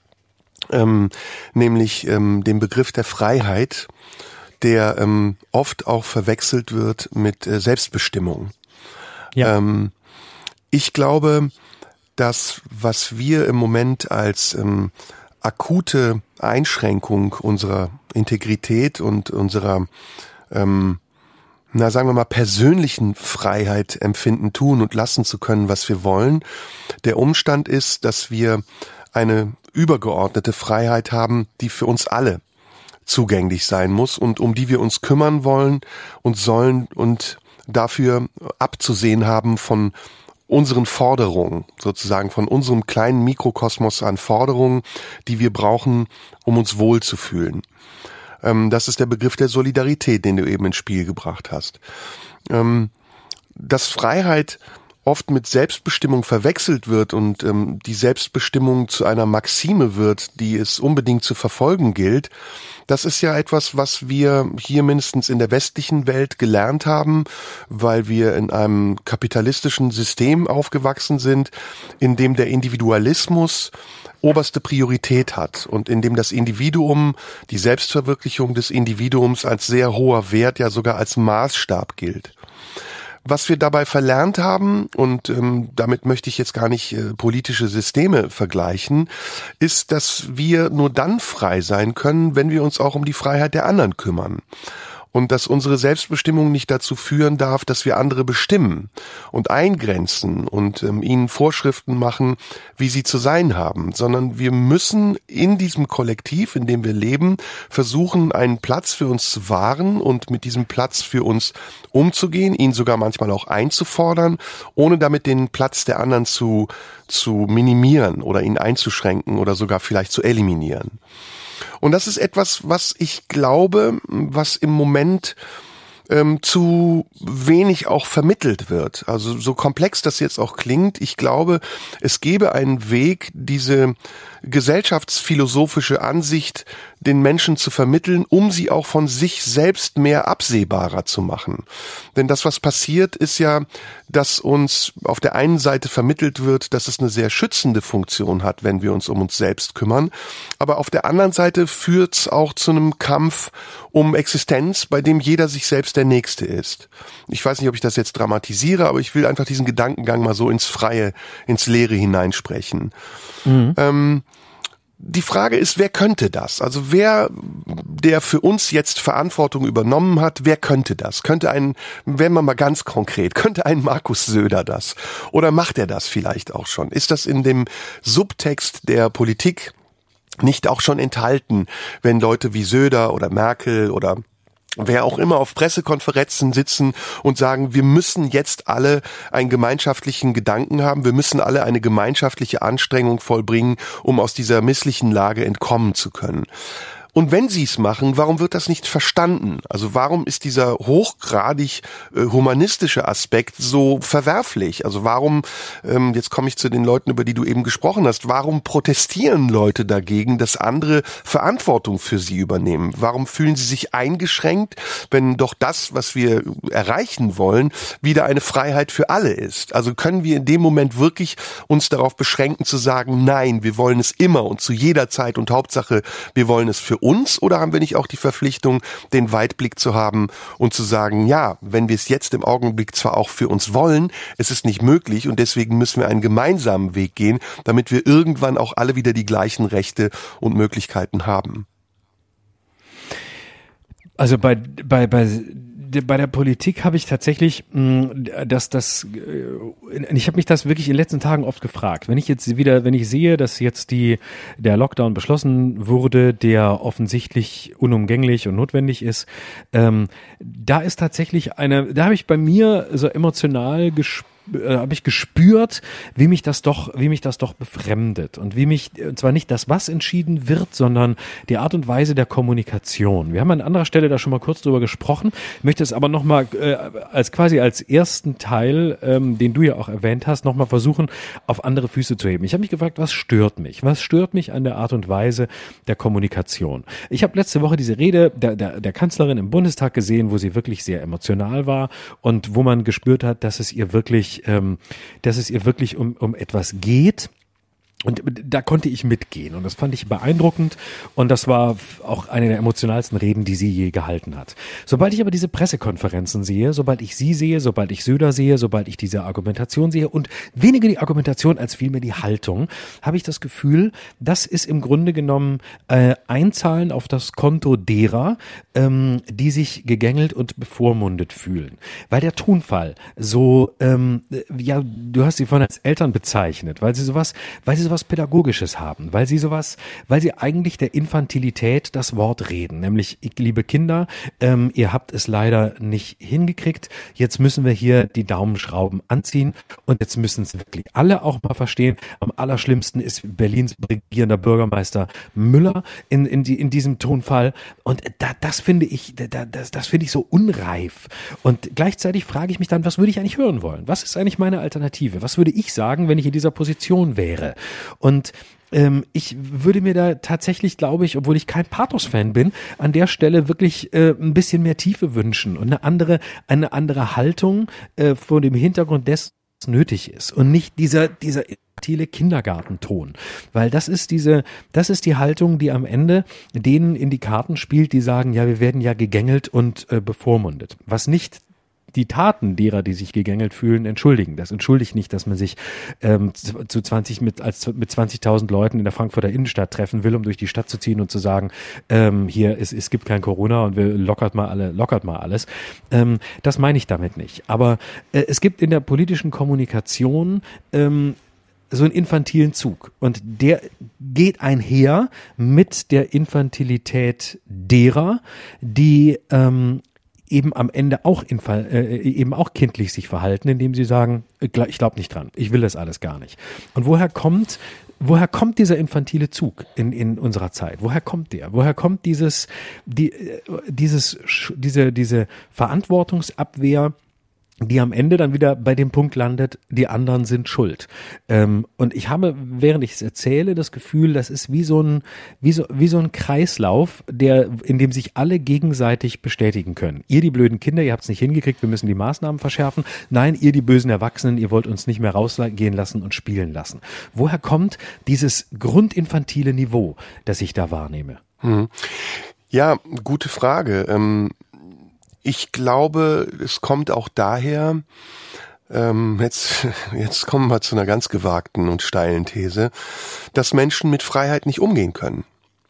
Ähm, nämlich ähm, dem Begriff der Freiheit, der ähm, oft auch verwechselt wird mit äh, Selbstbestimmung. Ja. Ähm, ich glaube, dass was wir im Moment als ähm, akute Einschränkung unserer Integrität und unserer, ähm, na sagen wir mal, persönlichen Freiheit empfinden, tun und lassen zu können, was wir wollen, der Umstand ist, dass wir eine übergeordnete Freiheit haben, die für uns alle zugänglich sein muss und um die wir uns kümmern wollen und sollen und dafür abzusehen haben von unseren Forderungen, sozusagen von unserem kleinen Mikrokosmos an Forderungen, die wir brauchen, um uns wohlzufühlen. Ähm, das ist der Begriff der Solidarität, den du eben ins Spiel gebracht hast. Ähm, dass Freiheit oft mit Selbstbestimmung verwechselt wird und ähm, die Selbstbestimmung zu einer Maxime wird, die es unbedingt zu verfolgen gilt, das ist ja etwas, was wir hier mindestens in der westlichen Welt gelernt haben, weil wir in einem kapitalistischen System aufgewachsen sind, in dem der Individualismus oberste Priorität hat und in dem das Individuum, die Selbstverwirklichung des Individuums als sehr hoher Wert, ja sogar als Maßstab gilt. Was wir dabei verlernt haben, und ähm, damit möchte ich jetzt gar nicht äh, politische Systeme vergleichen, ist, dass wir nur dann frei sein können, wenn wir uns auch um die Freiheit der anderen kümmern. Und dass unsere Selbstbestimmung nicht dazu führen darf, dass wir andere bestimmen und eingrenzen und ähm, ihnen Vorschriften machen, wie sie zu sein haben, sondern wir müssen in diesem Kollektiv, in dem wir leben, versuchen, einen Platz für uns zu wahren und mit diesem Platz für uns umzugehen, ihn sogar manchmal auch einzufordern, ohne damit den Platz der anderen zu, zu minimieren oder ihn einzuschränken oder sogar vielleicht zu eliminieren. Und das ist etwas, was ich glaube, was im Moment ähm, zu wenig auch vermittelt wird. Also so komplex das jetzt auch klingt, ich glaube, es gäbe einen Weg, diese gesellschaftsphilosophische Ansicht den Menschen zu vermitteln, um sie auch von sich selbst mehr absehbarer zu machen. Denn das, was passiert, ist ja, dass uns auf der einen Seite vermittelt wird, dass es eine sehr schützende Funktion hat, wenn wir uns um uns selbst kümmern. Aber auf der anderen Seite führt es auch zu einem Kampf um Existenz, bei dem jeder sich selbst der Nächste ist. Ich weiß nicht, ob ich das jetzt dramatisiere, aber ich will einfach diesen Gedankengang mal so ins Freie, ins Leere hineinsprechen. Mhm. Ähm, Die Frage ist, wer könnte das? Also wer, der für uns jetzt Verantwortung übernommen hat, wer könnte das? Könnte ein, wenn man mal ganz konkret, könnte ein Markus Söder das? Oder macht er das vielleicht auch schon? Ist das in dem Subtext der Politik nicht auch schon enthalten, wenn Leute wie Söder oder Merkel oder wer auch immer auf Pressekonferenzen sitzen und sagen, wir müssen jetzt alle einen gemeinschaftlichen Gedanken haben, wir müssen alle eine gemeinschaftliche Anstrengung vollbringen, um aus dieser misslichen Lage entkommen zu können. Und wenn sie es machen, warum wird das nicht verstanden? Also warum ist dieser hochgradig äh, humanistische Aspekt so verwerflich? Also warum, ähm, jetzt komme ich zu den Leuten, über die du eben gesprochen hast, warum protestieren Leute dagegen, dass andere Verantwortung für sie übernehmen? Warum fühlen sie sich eingeschränkt, wenn doch das, was wir erreichen wollen, wieder eine Freiheit für alle ist? Also können wir in dem Moment wirklich uns darauf beschränken zu sagen, nein, wir wollen es immer und zu jeder Zeit und Hauptsache, wir wollen es für uns, oder haben wir nicht auch die Verpflichtung, den Weitblick zu haben und zu sagen, ja, wenn wir es jetzt im Augenblick zwar auch für uns wollen, es ist nicht möglich und deswegen müssen wir einen gemeinsamen Weg gehen, damit wir irgendwann auch alle wieder die gleichen Rechte und Möglichkeiten haben. Also bei, bei, bei, bei der Politik habe ich tatsächlich, dass das, ich habe mich das wirklich in den letzten Tagen oft gefragt. Wenn ich jetzt wieder, wenn ich sehe, dass jetzt die, der Lockdown beschlossen wurde, der offensichtlich unumgänglich und notwendig ist, ähm, da ist tatsächlich eine, da habe ich bei mir so emotional gespürt, äh, habe ich gespürt, wie mich das doch, wie mich das doch befremdet und wie mich, und zwar nicht das, was entschieden wird, sondern die Art und Weise der Kommunikation. Wir haben an anderer Stelle da schon mal kurz drüber gesprochen, ich möchte es aber nochmal äh, als quasi als ersten Teil, ähm, den du ja auch erwähnt hast, nochmal versuchen, auf andere Füße zu heben. Ich habe mich gefragt, was stört mich? Was stört mich an der Art und Weise der Kommunikation? Ich habe letzte Woche diese Rede der, der, der Kanzlerin im Bundestag gesehen, wo sie wirklich sehr emotional war und wo man gespürt hat, dass es ihr wirklich Ähm, dass es ihr wirklich um, um etwas geht. Und da konnte ich mitgehen und das fand ich beeindruckend und das war auch eine der emotionalsten Reden, die sie je gehalten hat. Sobald ich aber diese Pressekonferenzen sehe, sobald ich sie sehe, sobald ich Söder sehe, sobald ich diese Argumentation sehe und weniger die Argumentation als vielmehr die Haltung, habe ich das Gefühl, das ist im Grunde genommen äh, Einzahlen auf das Konto derer, ähm, die sich gegängelt und bevormundet fühlen. Weil der Tonfall so, ähm, ja, du hast sie vorhin als Eltern bezeichnet, weil sie sowas, weil sie sowas sowas Pädagogisches haben, weil sie sowas, weil sie eigentlich der Infantilität das Wort reden, nämlich, liebe Kinder, ähm, ihr habt es leider nicht hingekriegt, jetzt müssen wir hier die Daumenschrauben anziehen und jetzt müssen es wirklich alle auch mal verstehen. Am allerschlimmsten ist Berlins regierender Bürgermeister Müller in, in, die, in diesem Tonfall und da, das finde ich, da, das, das finde ich so unreif und gleichzeitig frage ich mich dann, was würde ich eigentlich hören wollen? Was ist eigentlich meine Alternative? Was würde ich sagen, wenn ich in dieser Position wäre? Und ähm, ich würde mir da tatsächlich, glaube ich, obwohl ich kein Pathos-Fan bin, an der Stelle wirklich äh, ein bisschen mehr Tiefe wünschen und eine andere, eine andere Haltung äh, vor dem Hintergrund dessen, was nötig ist und nicht dieser, dieser infantile Kindergartenton, weil das ist diese, das ist die Haltung, die am Ende denen in die Karten spielt, die sagen, ja, wir werden ja gegängelt und äh, bevormundet, was nicht die Taten derer, die sich gegängelt fühlen, entschuldigen. Das entschuldigt nicht, dass man sich ähm, zu zwanzig mit als mit zwanzigtausend Leuten in der Frankfurter Innenstadt treffen will, um durch die Stadt zu ziehen und zu sagen, ähm, hier es es gibt kein Corona und wir lockert mal alle lockert mal alles. Ähm, das meine ich damit nicht. Aber äh, es gibt in der politischen Kommunikation ähm, so einen infantilen Zug und der geht einher mit der Infantilität derer, die ähm, eben am Ende auch in, äh, eben auch kindlich sich verhalten, indem sie sagen, ich glaube nicht dran, ich will das alles gar nicht. Und woher kommt, woher kommt dieser infantile Zug in, in unserer Zeit? Woher kommt der? Woher kommt dieses, die, dieses, diese, diese Verantwortungsabwehr, die am Ende dann wieder bei dem Punkt landet, die anderen sind schuld. Ähm, und ich habe, während ich es erzähle, das Gefühl, das ist wie so ein, wie so, wie so ein Kreislauf, der, in dem sich alle gegenseitig bestätigen können. Ihr die blöden Kinder, ihr habt es nicht hingekriegt, wir müssen die Maßnahmen verschärfen. Nein, ihr die bösen Erwachsenen, ihr wollt uns nicht mehr rausgehen lassen und spielen lassen. Woher kommt dieses grundinfantile Niveau, das ich da wahrnehme? Hm. Ja, gute Frage. Ähm Ich glaube, es kommt auch daher, ähm, jetzt, jetzt kommen wir zu einer ganz gewagten und steilen These, dass Menschen mit Freiheit nicht umgehen können.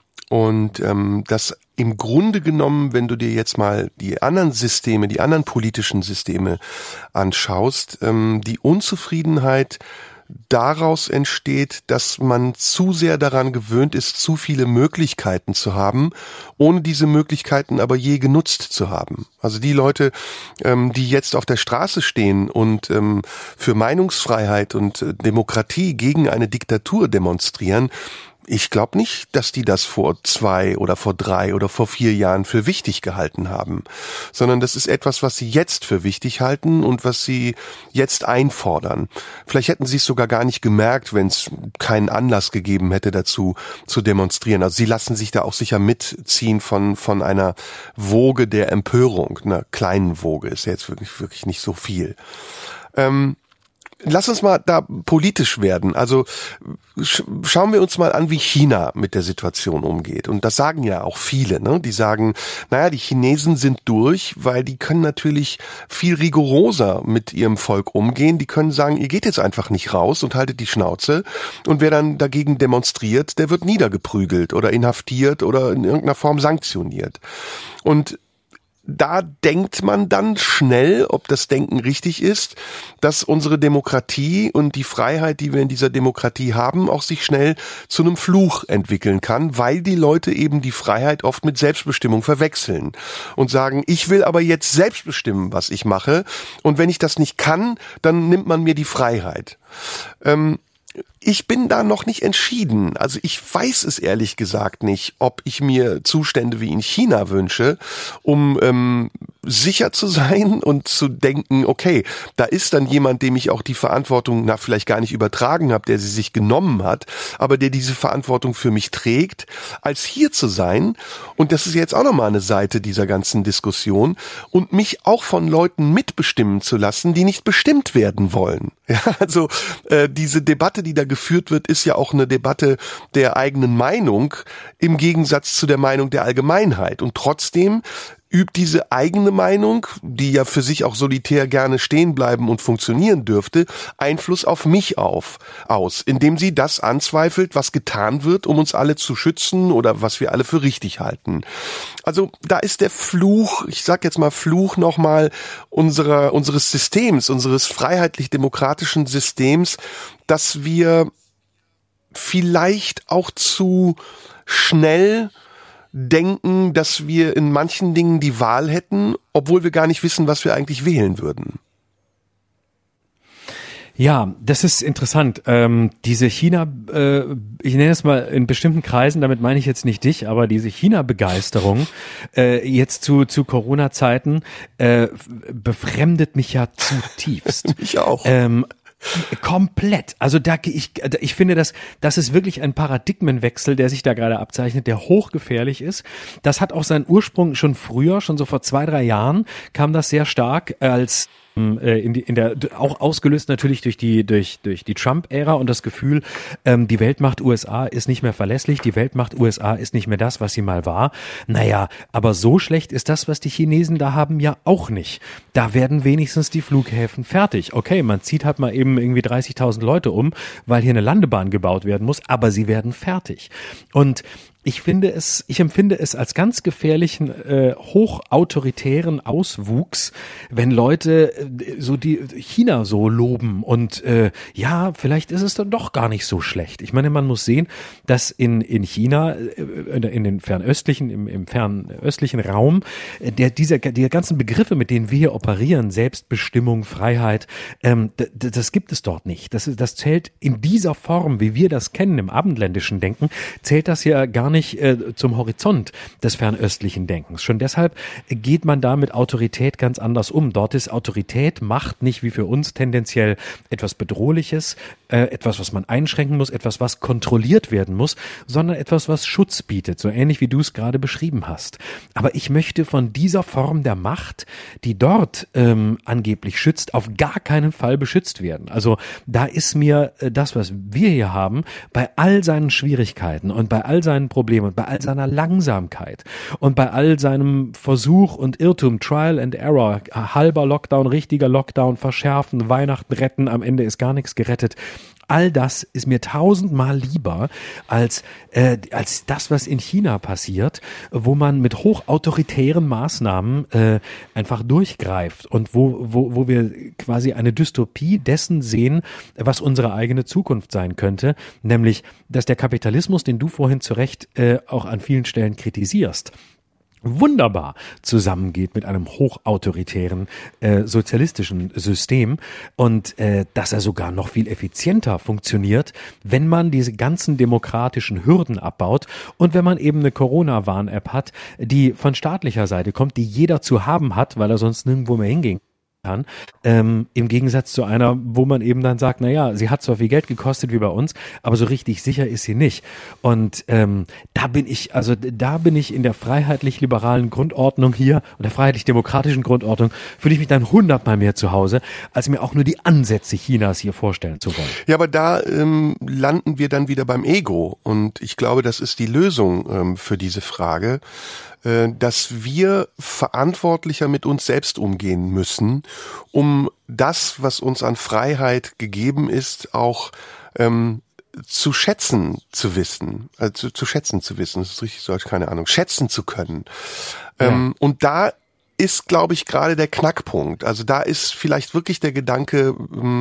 Und ähm, dass im Grunde genommen, wenn du dir jetzt mal die anderen Systeme, die anderen politischen Systeme anschaust, ähm, die Unzufriedenheit daraus entsteht, dass man zu sehr daran gewöhnt ist, zu viele Möglichkeiten zu haben, ohne diese Möglichkeiten aber je genutzt zu haben. Also die Leute, ähm, die jetzt auf der Straße stehen und ähm, für Meinungsfreiheit und äh, Demokratie gegen eine Diktatur demonstrieren, ich glaube nicht, dass die das vor zwei oder vor drei oder vor vier Jahren für wichtig gehalten haben, sondern das ist etwas, was sie jetzt für wichtig halten und was sie jetzt einfordern. Vielleicht hätten sie es sogar gar nicht gemerkt, wenn es keinen Anlass gegeben hätte dazu zu demonstrieren. Also sie lassen sich da auch sicher mitziehen von von einer Woge der Empörung, einer kleinen Woge, ist ja jetzt wirklich wirklich nicht so viel. Ähm, Lass uns mal da politisch werden. Also sch- schauen wir uns mal an, wie China mit der Situation umgeht. Und das sagen ja auch viele, ne? Die sagen, naja, die Chinesen sind durch, weil die können natürlich viel rigoroser mit ihrem Volk umgehen. Die können sagen, ihr geht jetzt einfach nicht raus und haltet die Schnauze. Und wer dann dagegen demonstriert, der wird niedergeprügelt oder inhaftiert oder in irgendeiner Form sanktioniert. Und da denkt man dann schnell, ob das Denken richtig ist, dass unsere Demokratie und die Freiheit, die wir in dieser Demokratie haben, auch sich schnell zu einem Fluch entwickeln kann, weil die Leute eben die Freiheit oft mit Selbstbestimmung verwechseln und sagen, ich will aber jetzt selbst bestimmen, was ich mache, und wenn ich das nicht kann, dann nimmt man mir die Freiheit. Ähm, Ich bin da noch nicht entschieden. Also ich weiß es ehrlich gesagt nicht, ob ich mir Zustände wie in China wünsche, um ähm, sicher zu sein und zu denken, okay, da ist dann jemand, dem ich auch die Verantwortung na vielleicht gar nicht übertragen habe, der sie sich genommen hat, aber der diese Verantwortung für mich trägt, als hier zu sein. Und das ist jetzt auch nochmal eine Seite dieser ganzen Diskussion, und mich auch von Leuten mitbestimmen zu lassen, die nicht bestimmt werden wollen. Ja, also äh, diese Debatte, die da geführt wird, ist ja auch eine Debatte der eigenen Meinung im Gegensatz zu der Meinung der Allgemeinheit. Und trotzdem übt diese eigene Meinung, die ja für sich auch solitär gerne stehen bleiben und funktionieren dürfte, Einfluss auf mich auf, aus, indem sie das anzweifelt, was getan wird, um uns alle zu schützen oder was wir alle für richtig halten. Also da ist der Fluch, ich sag jetzt mal Fluch nochmal, unserer, unseres Systems, unseres freiheitlich-demokratischen Systems, dass wir vielleicht auch zu schnell denken, dass wir in manchen Dingen die Wahl hätten, obwohl wir gar nicht wissen, was wir eigentlich wählen würden. Ja, das ist interessant. Ähm, diese China, äh, ich nenne es mal in bestimmten Kreisen, damit meine ich jetzt nicht dich, aber diese China-Begeisterung äh, jetzt zu zu Corona-Zeiten äh, befremdet mich ja zutiefst. Ich auch. Ähm, Komplett. Also da ich ich finde, dass das ist wirklich ein Paradigmenwechsel, der sich da gerade abzeichnet, der hochgefährlich ist. Das hat auch seinen Ursprung schon früher, schon so vor zwei, drei Jahren kam das sehr stark als in, die, in der auch ausgelöst natürlich durch die durch durch die Trump-Ära und das Gefühl, ähm, die Weltmacht U S A ist nicht mehr verlässlich, die Weltmacht U S A ist nicht mehr das, was sie mal war. Naja, aber so schlecht ist das, was die Chinesen da haben, ja auch nicht. Da werden wenigstens die Flughäfen fertig. Okay, man zieht halt mal eben irgendwie dreißigtausend Leute um, weil hier eine Landebahn gebaut werden muss, aber sie werden fertig. Und ich finde es, ich empfinde es als ganz gefährlichen, äh, hochautoritären Auswuchs, wenn Leute äh, so die China so loben und äh, ja, vielleicht ist es dann doch gar nicht so schlecht. Ich meine, man muss sehen, dass in in China, äh, in den fernöstlichen, im, im fernöstlichen Raum, äh, der dieser die ganzen Begriffe, mit denen wir hier operieren, Selbstbestimmung, Freiheit, ähm, d- d- das gibt es dort nicht. Das das zählt in dieser Form, wie wir das kennen im abendländischen Denken, zählt das ja gar nicht nicht äh, zum Horizont des fernöstlichen Denkens. Schon deshalb geht man da mit Autorität ganz anders um. Dort ist Autorität, Macht nicht wie für uns tendenziell etwas Bedrohliches, äh, etwas, was man einschränken muss, etwas, was kontrolliert werden muss, sondern etwas, was Schutz bietet, so ähnlich wie du es gerade beschrieben hast. Aber ich möchte von dieser Form der Macht, die dort ähm, angeblich schützt, auf gar keinen Fall beschützt werden. Also da ist mir äh, das, was wir hier haben, bei all seinen Schwierigkeiten und bei all seinen Problemen und bei all seiner Langsamkeit und bei all seinem Versuch und Irrtum, Trial and Error, halber Lockdown, richtiger Lockdown, verschärfen, Weihnachten retten, am Ende ist gar nichts gerettet. All das ist mir tausendmal lieber als äh, als das, was in China passiert, wo man mit hochautoritären Maßnahmen äh, einfach durchgreift und wo wo wo wir quasi eine Dystopie dessen sehen, was unsere eigene Zukunft sein könnte, nämlich, dass der Kapitalismus, den du vorhin zu Recht äh, auch an vielen Stellen kritisierst, wunderbar zusammengeht mit einem hochautoritären äh, sozialistischen System und äh, dass er sogar noch viel effizienter funktioniert, wenn man diese ganzen demokratischen Hürden abbaut und wenn man eben eine Corona-Warn-App hat, die von staatlicher Seite kommt, die jeder zu haben hat, weil er sonst nirgendwo mehr hingehen kann, ähm, im Gegensatz zu einer, wo man eben dann sagt, na ja, sie hat zwar viel Geld gekostet wie bei uns, aber so richtig sicher ist sie nicht. Und ähm, da bin ich, also da bin ich in der freiheitlich-liberalen Grundordnung hier und der freiheitlich-demokratischen Grundordnung, fühle ich mich dann hundertmal mehr zu Hause, als mir auch nur die Ansätze Chinas hier vorstellen zu wollen. Ja, aber da ähm, landen wir dann wieder beim Ego und ich glaube, das ist die Lösung ähm, für diese Frage, dass wir verantwortlicher mit uns selbst umgehen müssen, um das, was uns an Freiheit gegeben ist, auch ähm, zu schätzen zu wissen, also zu, zu schätzen zu wissen, das ist richtig Deutsch, keine Ahnung, schätzen zu können. Ja. Ähm, und da ist, glaube ich, gerade der Knackpunkt. Also da ist vielleicht wirklich der Gedanke,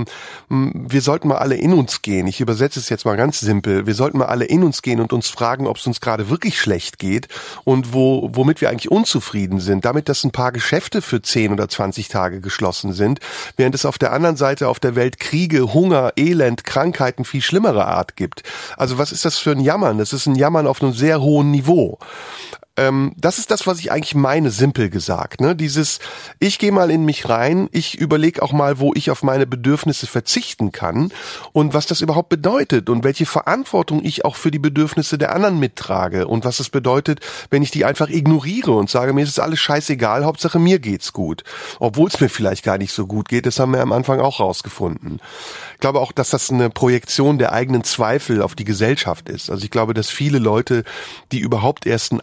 wir sollten mal alle in uns gehen. Ich übersetze es jetzt mal ganz simpel. Wir sollten mal alle in uns gehen und uns fragen, ob es uns gerade wirklich schlecht geht und wo, womit wir eigentlich unzufrieden sind. Damit, dass ein paar Geschäfte für zehn oder zwanzig Tage geschlossen sind, während es auf der anderen Seite auf der Welt Kriege, Hunger, Elend, Krankheiten viel schlimmerer Art gibt. Also was ist das für ein Jammern? Das ist ein Jammern auf einem sehr hohen Niveau. Ähm, das ist das, was ich eigentlich meine, simpel gesagt. Ne? Dieses, ich gehe mal in mich rein, ich überlege auch mal, wo ich auf meine Bedürfnisse verzichten kann und was das überhaupt bedeutet und welche Verantwortung ich auch für die Bedürfnisse der anderen mittrage und was es bedeutet, wenn ich die einfach ignoriere und sage, mir ist es alles scheißegal, Hauptsache mir geht's gut. Obwohl es mir vielleicht gar nicht so gut geht, das haben wir am Anfang auch rausgefunden. Ich glaube auch, dass das eine Projektion der eigenen Zweifel auf die Gesellschaft ist. Also ich glaube, dass viele Leute, die überhaupt erst einen Anlass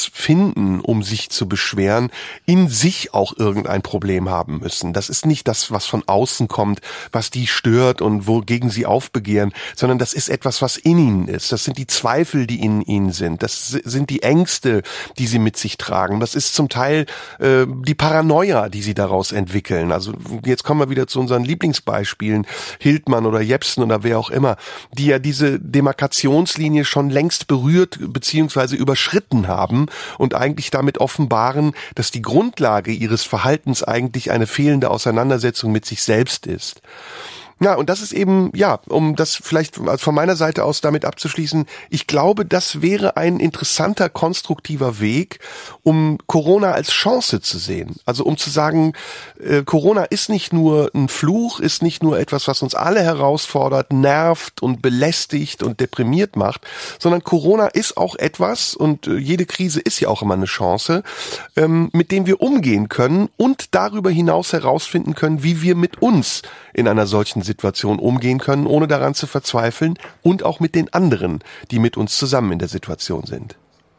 etwas finden, um sich zu beschweren, in sich auch irgendein Problem haben müssen. Das ist nicht das, was von außen kommt, was die stört und wogegen sie aufbegehren, sondern das ist etwas, was in ihnen ist. Das sind die Zweifel, die in ihnen sind. Das sind die Ängste, die sie mit sich tragen. Das ist zum Teil äh, die Paranoia, die sie daraus entwickeln. Also jetzt kommen wir wieder zu unseren Lieblingsbeispielen, Hildmann oder Jepsen oder wer auch immer, die ja diese Demarkationslinie schon längst berührt bzw. überschritten haben und eigentlich damit offenbaren, dass die Grundlage ihres Verhaltens eigentlich eine fehlende Auseinandersetzung mit sich selbst ist. Ja, und das ist eben, ja, um das vielleicht von meiner Seite aus damit abzuschließen, ich glaube, das wäre ein interessanter, konstruktiver Weg, um Corona als Chance zu sehen. Also um zu sagen, äh, Corona ist nicht nur ein Fluch, ist nicht nur etwas, was uns alle herausfordert, nervt und belästigt und deprimiert macht, sondern Corona ist auch etwas, und äh, jede Krise ist ja auch immer eine Chance, ähm, mit dem wir umgehen können und darüber hinaus herausfinden können, wie wir mit uns in einer solchen Situation umgehen können, ohne daran zu verzweifeln, und auch mit den anderen, die mit uns zusammen in der Situation sind.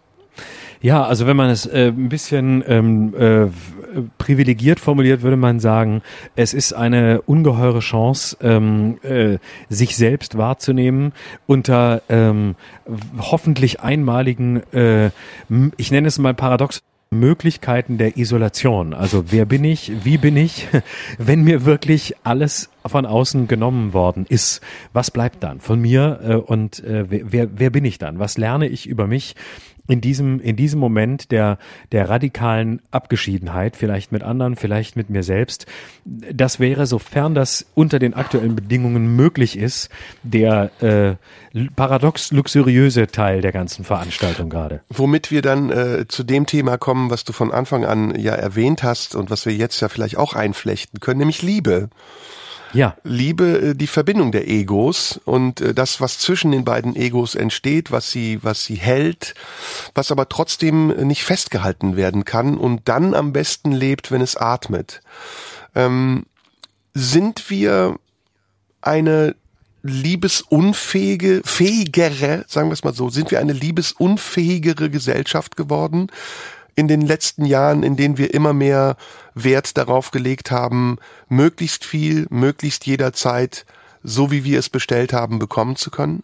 Ja, also wenn man es äh, ein bisschen ähm, äh, privilegiert formuliert, würde man sagen, es ist eine ungeheure Chance, ähm, äh, sich selbst wahrzunehmen unter ähm, hoffentlich einmaligen, äh, ich nenne es mal paradox, Möglichkeiten der Isolation. Also wer bin ich, wie bin ich, wenn mir wirklich alles von außen genommen worden ist? Was bleibt dann von mir äh, und äh, wer, wer bin ich dann? Was lerne ich über mich in diesem in diesem Moment der der radikalen Abgeschiedenheit, vielleicht mit anderen, vielleicht mit mir selbst? Das wäre, sofern das unter den aktuellen Bedingungen möglich ist, der äh, paradox luxuriöse Teil der ganzen Veranstaltung gerade. Womit wir dann äh, zu dem Thema kommen, was du von Anfang an ja erwähnt hast und was wir jetzt ja vielleicht auch einflechten können, nämlich Liebe. Ja. Liebe, die Verbindung der Egos und das, was zwischen den beiden Egos entsteht, was sie, was sie hält, was aber trotzdem nicht festgehalten werden kann und dann am besten lebt, wenn es atmet. Ähm, sind wir eine liebesunfähige, fähigere, sagen wir es mal so, sind wir eine liebesunfähigere Gesellschaft geworden in den letzten Jahren, in denen wir immer mehr Wert darauf gelegt haben, möglichst viel, möglichst jederzeit, so wie wir es bestellt haben, bekommen zu können?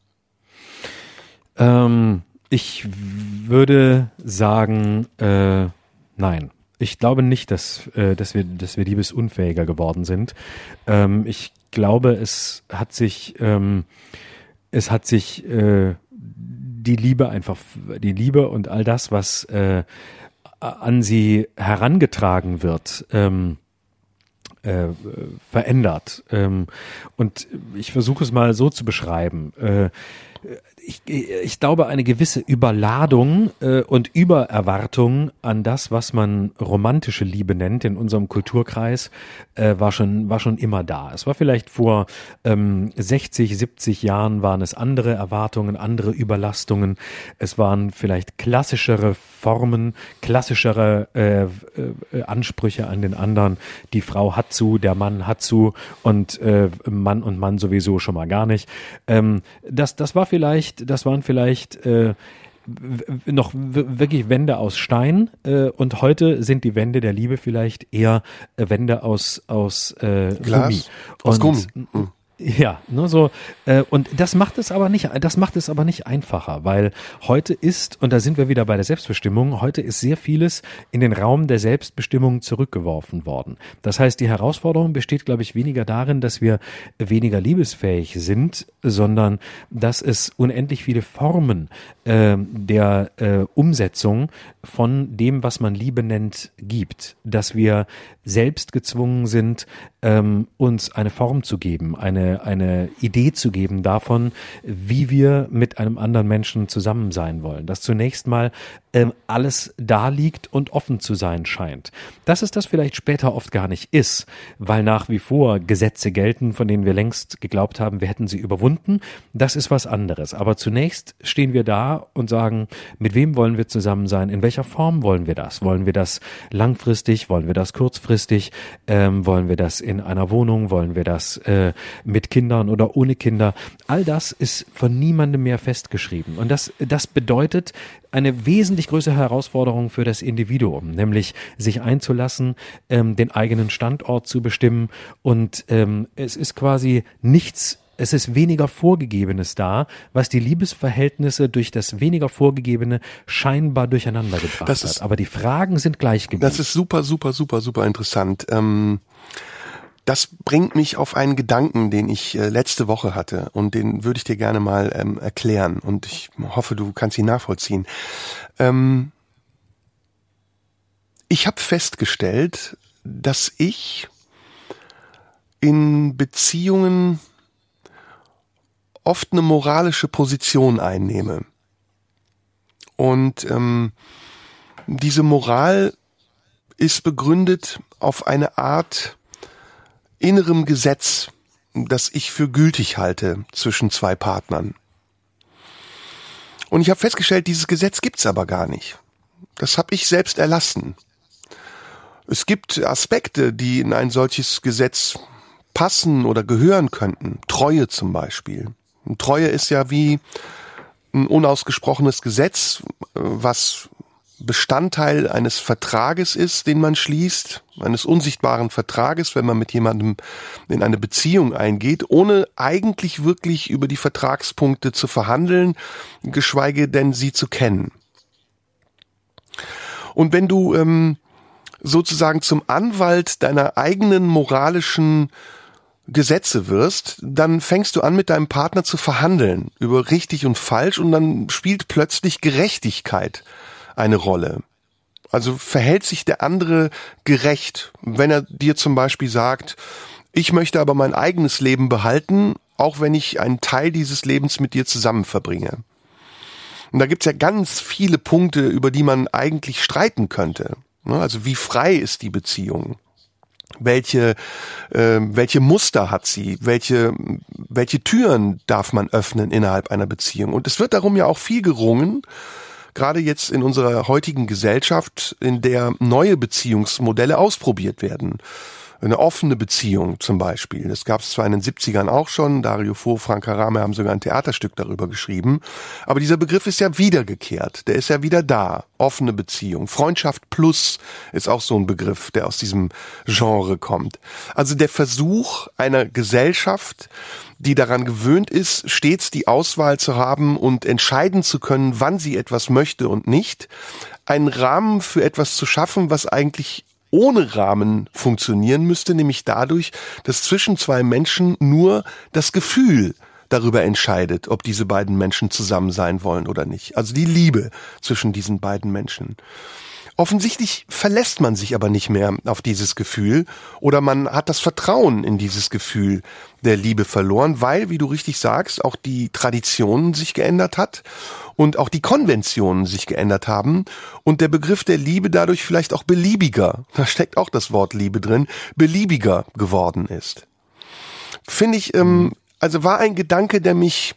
Ähm, ich würde sagen, äh, nein. Ich glaube nicht, dass, äh, dass wir, dass wir liebesunfähiger geworden sind. Ähm, ich glaube, es hat sich, ähm, es hat sich, äh, die Liebe einfach, die Liebe und all das, was äh, an sie herangetragen wird, ähm, äh, verändert. Ähm, und ich versuche es mal so zu beschreiben. Äh, Ich, ich glaube, eine gewisse Überladung äh, und Übererwartung an das, was man romantische Liebe nennt in unserem Kulturkreis, äh, war schon war schon immer da. Es war vielleicht vor ähm, sechzig, siebzig Jahren waren es andere Erwartungen, andere Überlastungen. Es waren vielleicht klassischere Formen, klassischere äh, äh, Ansprüche an den anderen. Die Frau hat zu, der Mann hat zu und äh, Mann und Mann sowieso schon mal gar nicht. Ähm, das das war vielleicht, das waren vielleicht äh, w- noch w- wirklich Wände aus Stein äh, und heute sind die Wände der Liebe vielleicht eher äh, Wände aus aus äh, Glas? Gummi. Aus Und, Gummi. Mhm. Ja, nur so äh, und das macht es aber nicht, das macht es aber nicht einfacher, weil heute ist, und da sind wir wieder bei der Selbstbestimmung, heute ist sehr vieles in den Raum der Selbstbestimmung zurückgeworfen worden. Das heißt, die Herausforderung besteht, glaube ich, weniger darin, dass wir weniger liebesfähig sind, sondern dass es unendlich viele Formen äh, der äh, Umsetzung von dem, was man Liebe nennt, gibt, dass wir selbst gezwungen sind, ähm, uns eine Form zu geben, eine eine Idee zu geben davon, wie wir mit einem anderen Menschen zusammen sein wollen. Dass zunächst mal ähm, alles da liegt und offen zu sein scheint. Dass es das vielleicht später oft gar nicht ist, weil nach wie vor Gesetze gelten, von denen wir längst geglaubt haben, wir hätten sie überwunden, das ist was anderes. Aber zunächst stehen wir da und sagen, mit wem wollen wir zusammen sein? In welcher Form wollen wir das? Wollen wir das langfristig? Wollen wir das kurzfristig? Ähm, wollen wir das in einer Wohnung? Wollen wir das äh, mit Kindern oder ohne Kinder? All das ist von niemandem mehr festgeschrieben. Und das, das bedeutet eine wesentlich größere Herausforderung für das Individuum, nämlich sich einzulassen, ähm, den eigenen Standort zu bestimmen. Und ähm, es ist quasi nichts, es ist weniger Vorgegebenes da, was die Liebesverhältnisse durch das weniger Vorgegebene scheinbar durcheinander gebracht das ist, hat. Aber die Fragen sind gleich geblieben. Das ist super, super, super, super interessant. Ähm Das bringt mich auf einen Gedanken, den ich äh, letzte Woche hatte, und den würde ich dir gerne mal ähm, erklären, und ich hoffe, du kannst ihn nachvollziehen. Ähm, ich habe festgestellt, dass ich in Beziehungen oft eine moralische Position einnehme. Und ähm, diese Moral ist begründet auf eine Art innerem Gesetz, das ich für gültig halte zwischen zwei Partnern. Und ich habe festgestellt, dieses Gesetz gibt's aber gar nicht. Das habe ich selbst erlassen. Es gibt Aspekte, die in ein solches Gesetz passen oder gehören könnten. Treue zum Beispiel. Und Treue ist ja wie ein unausgesprochenes Gesetz, was Bestandteil eines Vertrages ist, den man schließt, eines unsichtbaren Vertrages, wenn man mit jemandem in eine Beziehung eingeht, ohne eigentlich wirklich über die Vertragspunkte zu verhandeln, geschweige denn sie zu kennen. Und wenn du ähm, sozusagen zum Anwalt deiner eigenen moralischen Gesetze wirst, dann fängst du an, mit deinem Partner zu verhandeln über richtig und falsch, und dann spielt plötzlich Gerechtigkeit eine Rolle. Also verhält sich der andere gerecht, wenn er dir zum Beispiel sagt, ich möchte aber mein eigenes Leben behalten, auch wenn ich einen Teil dieses Lebens mit dir zusammen verbringe. Und da gibt's ja ganz viele Punkte, über die man eigentlich streiten könnte. Also wie frei ist die Beziehung? Welche, äh, welche Muster hat sie? Welche, welche Türen darf man öffnen innerhalb einer Beziehung? Und es wird darum ja auch viel gerungen, gerade jetzt in unserer heutigen Gesellschaft, in der neue Beziehungsmodelle ausprobiert werden. Eine offene Beziehung zum Beispiel. Das gab es zwar in den siebzigern auch schon, Dario Fo, Frank Harame haben sogar ein Theaterstück darüber geschrieben, aber dieser Begriff ist ja wiedergekehrt, der ist ja wieder da. Offene Beziehung. Freundschaft plus ist auch so ein Begriff, der aus diesem Genre kommt. Also der Versuch einer Gesellschaft, die daran gewöhnt ist, stets die Auswahl zu haben und entscheiden zu können, wann sie etwas möchte und nicht, einen Rahmen für etwas zu schaffen, was eigentlich ohne Rahmen funktionieren müsste, nämlich dadurch, dass zwischen zwei Menschen nur das Gefühl darüber entscheidet, ob diese beiden Menschen zusammen sein wollen oder nicht. Also die Liebe zwischen diesen beiden Menschen. Offensichtlich verlässt man sich aber nicht mehr auf dieses Gefühl, oder man hat das Vertrauen in dieses Gefühl der Liebe verloren, weil, wie du richtig sagst, auch die Tradition sich geändert hat und auch die Konventionen sich geändert haben und der Begriff der Liebe dadurch vielleicht auch beliebiger, da steckt auch das Wort Liebe drin, beliebiger geworden ist. Finde ich, ähm, also war ein Gedanke, der mich,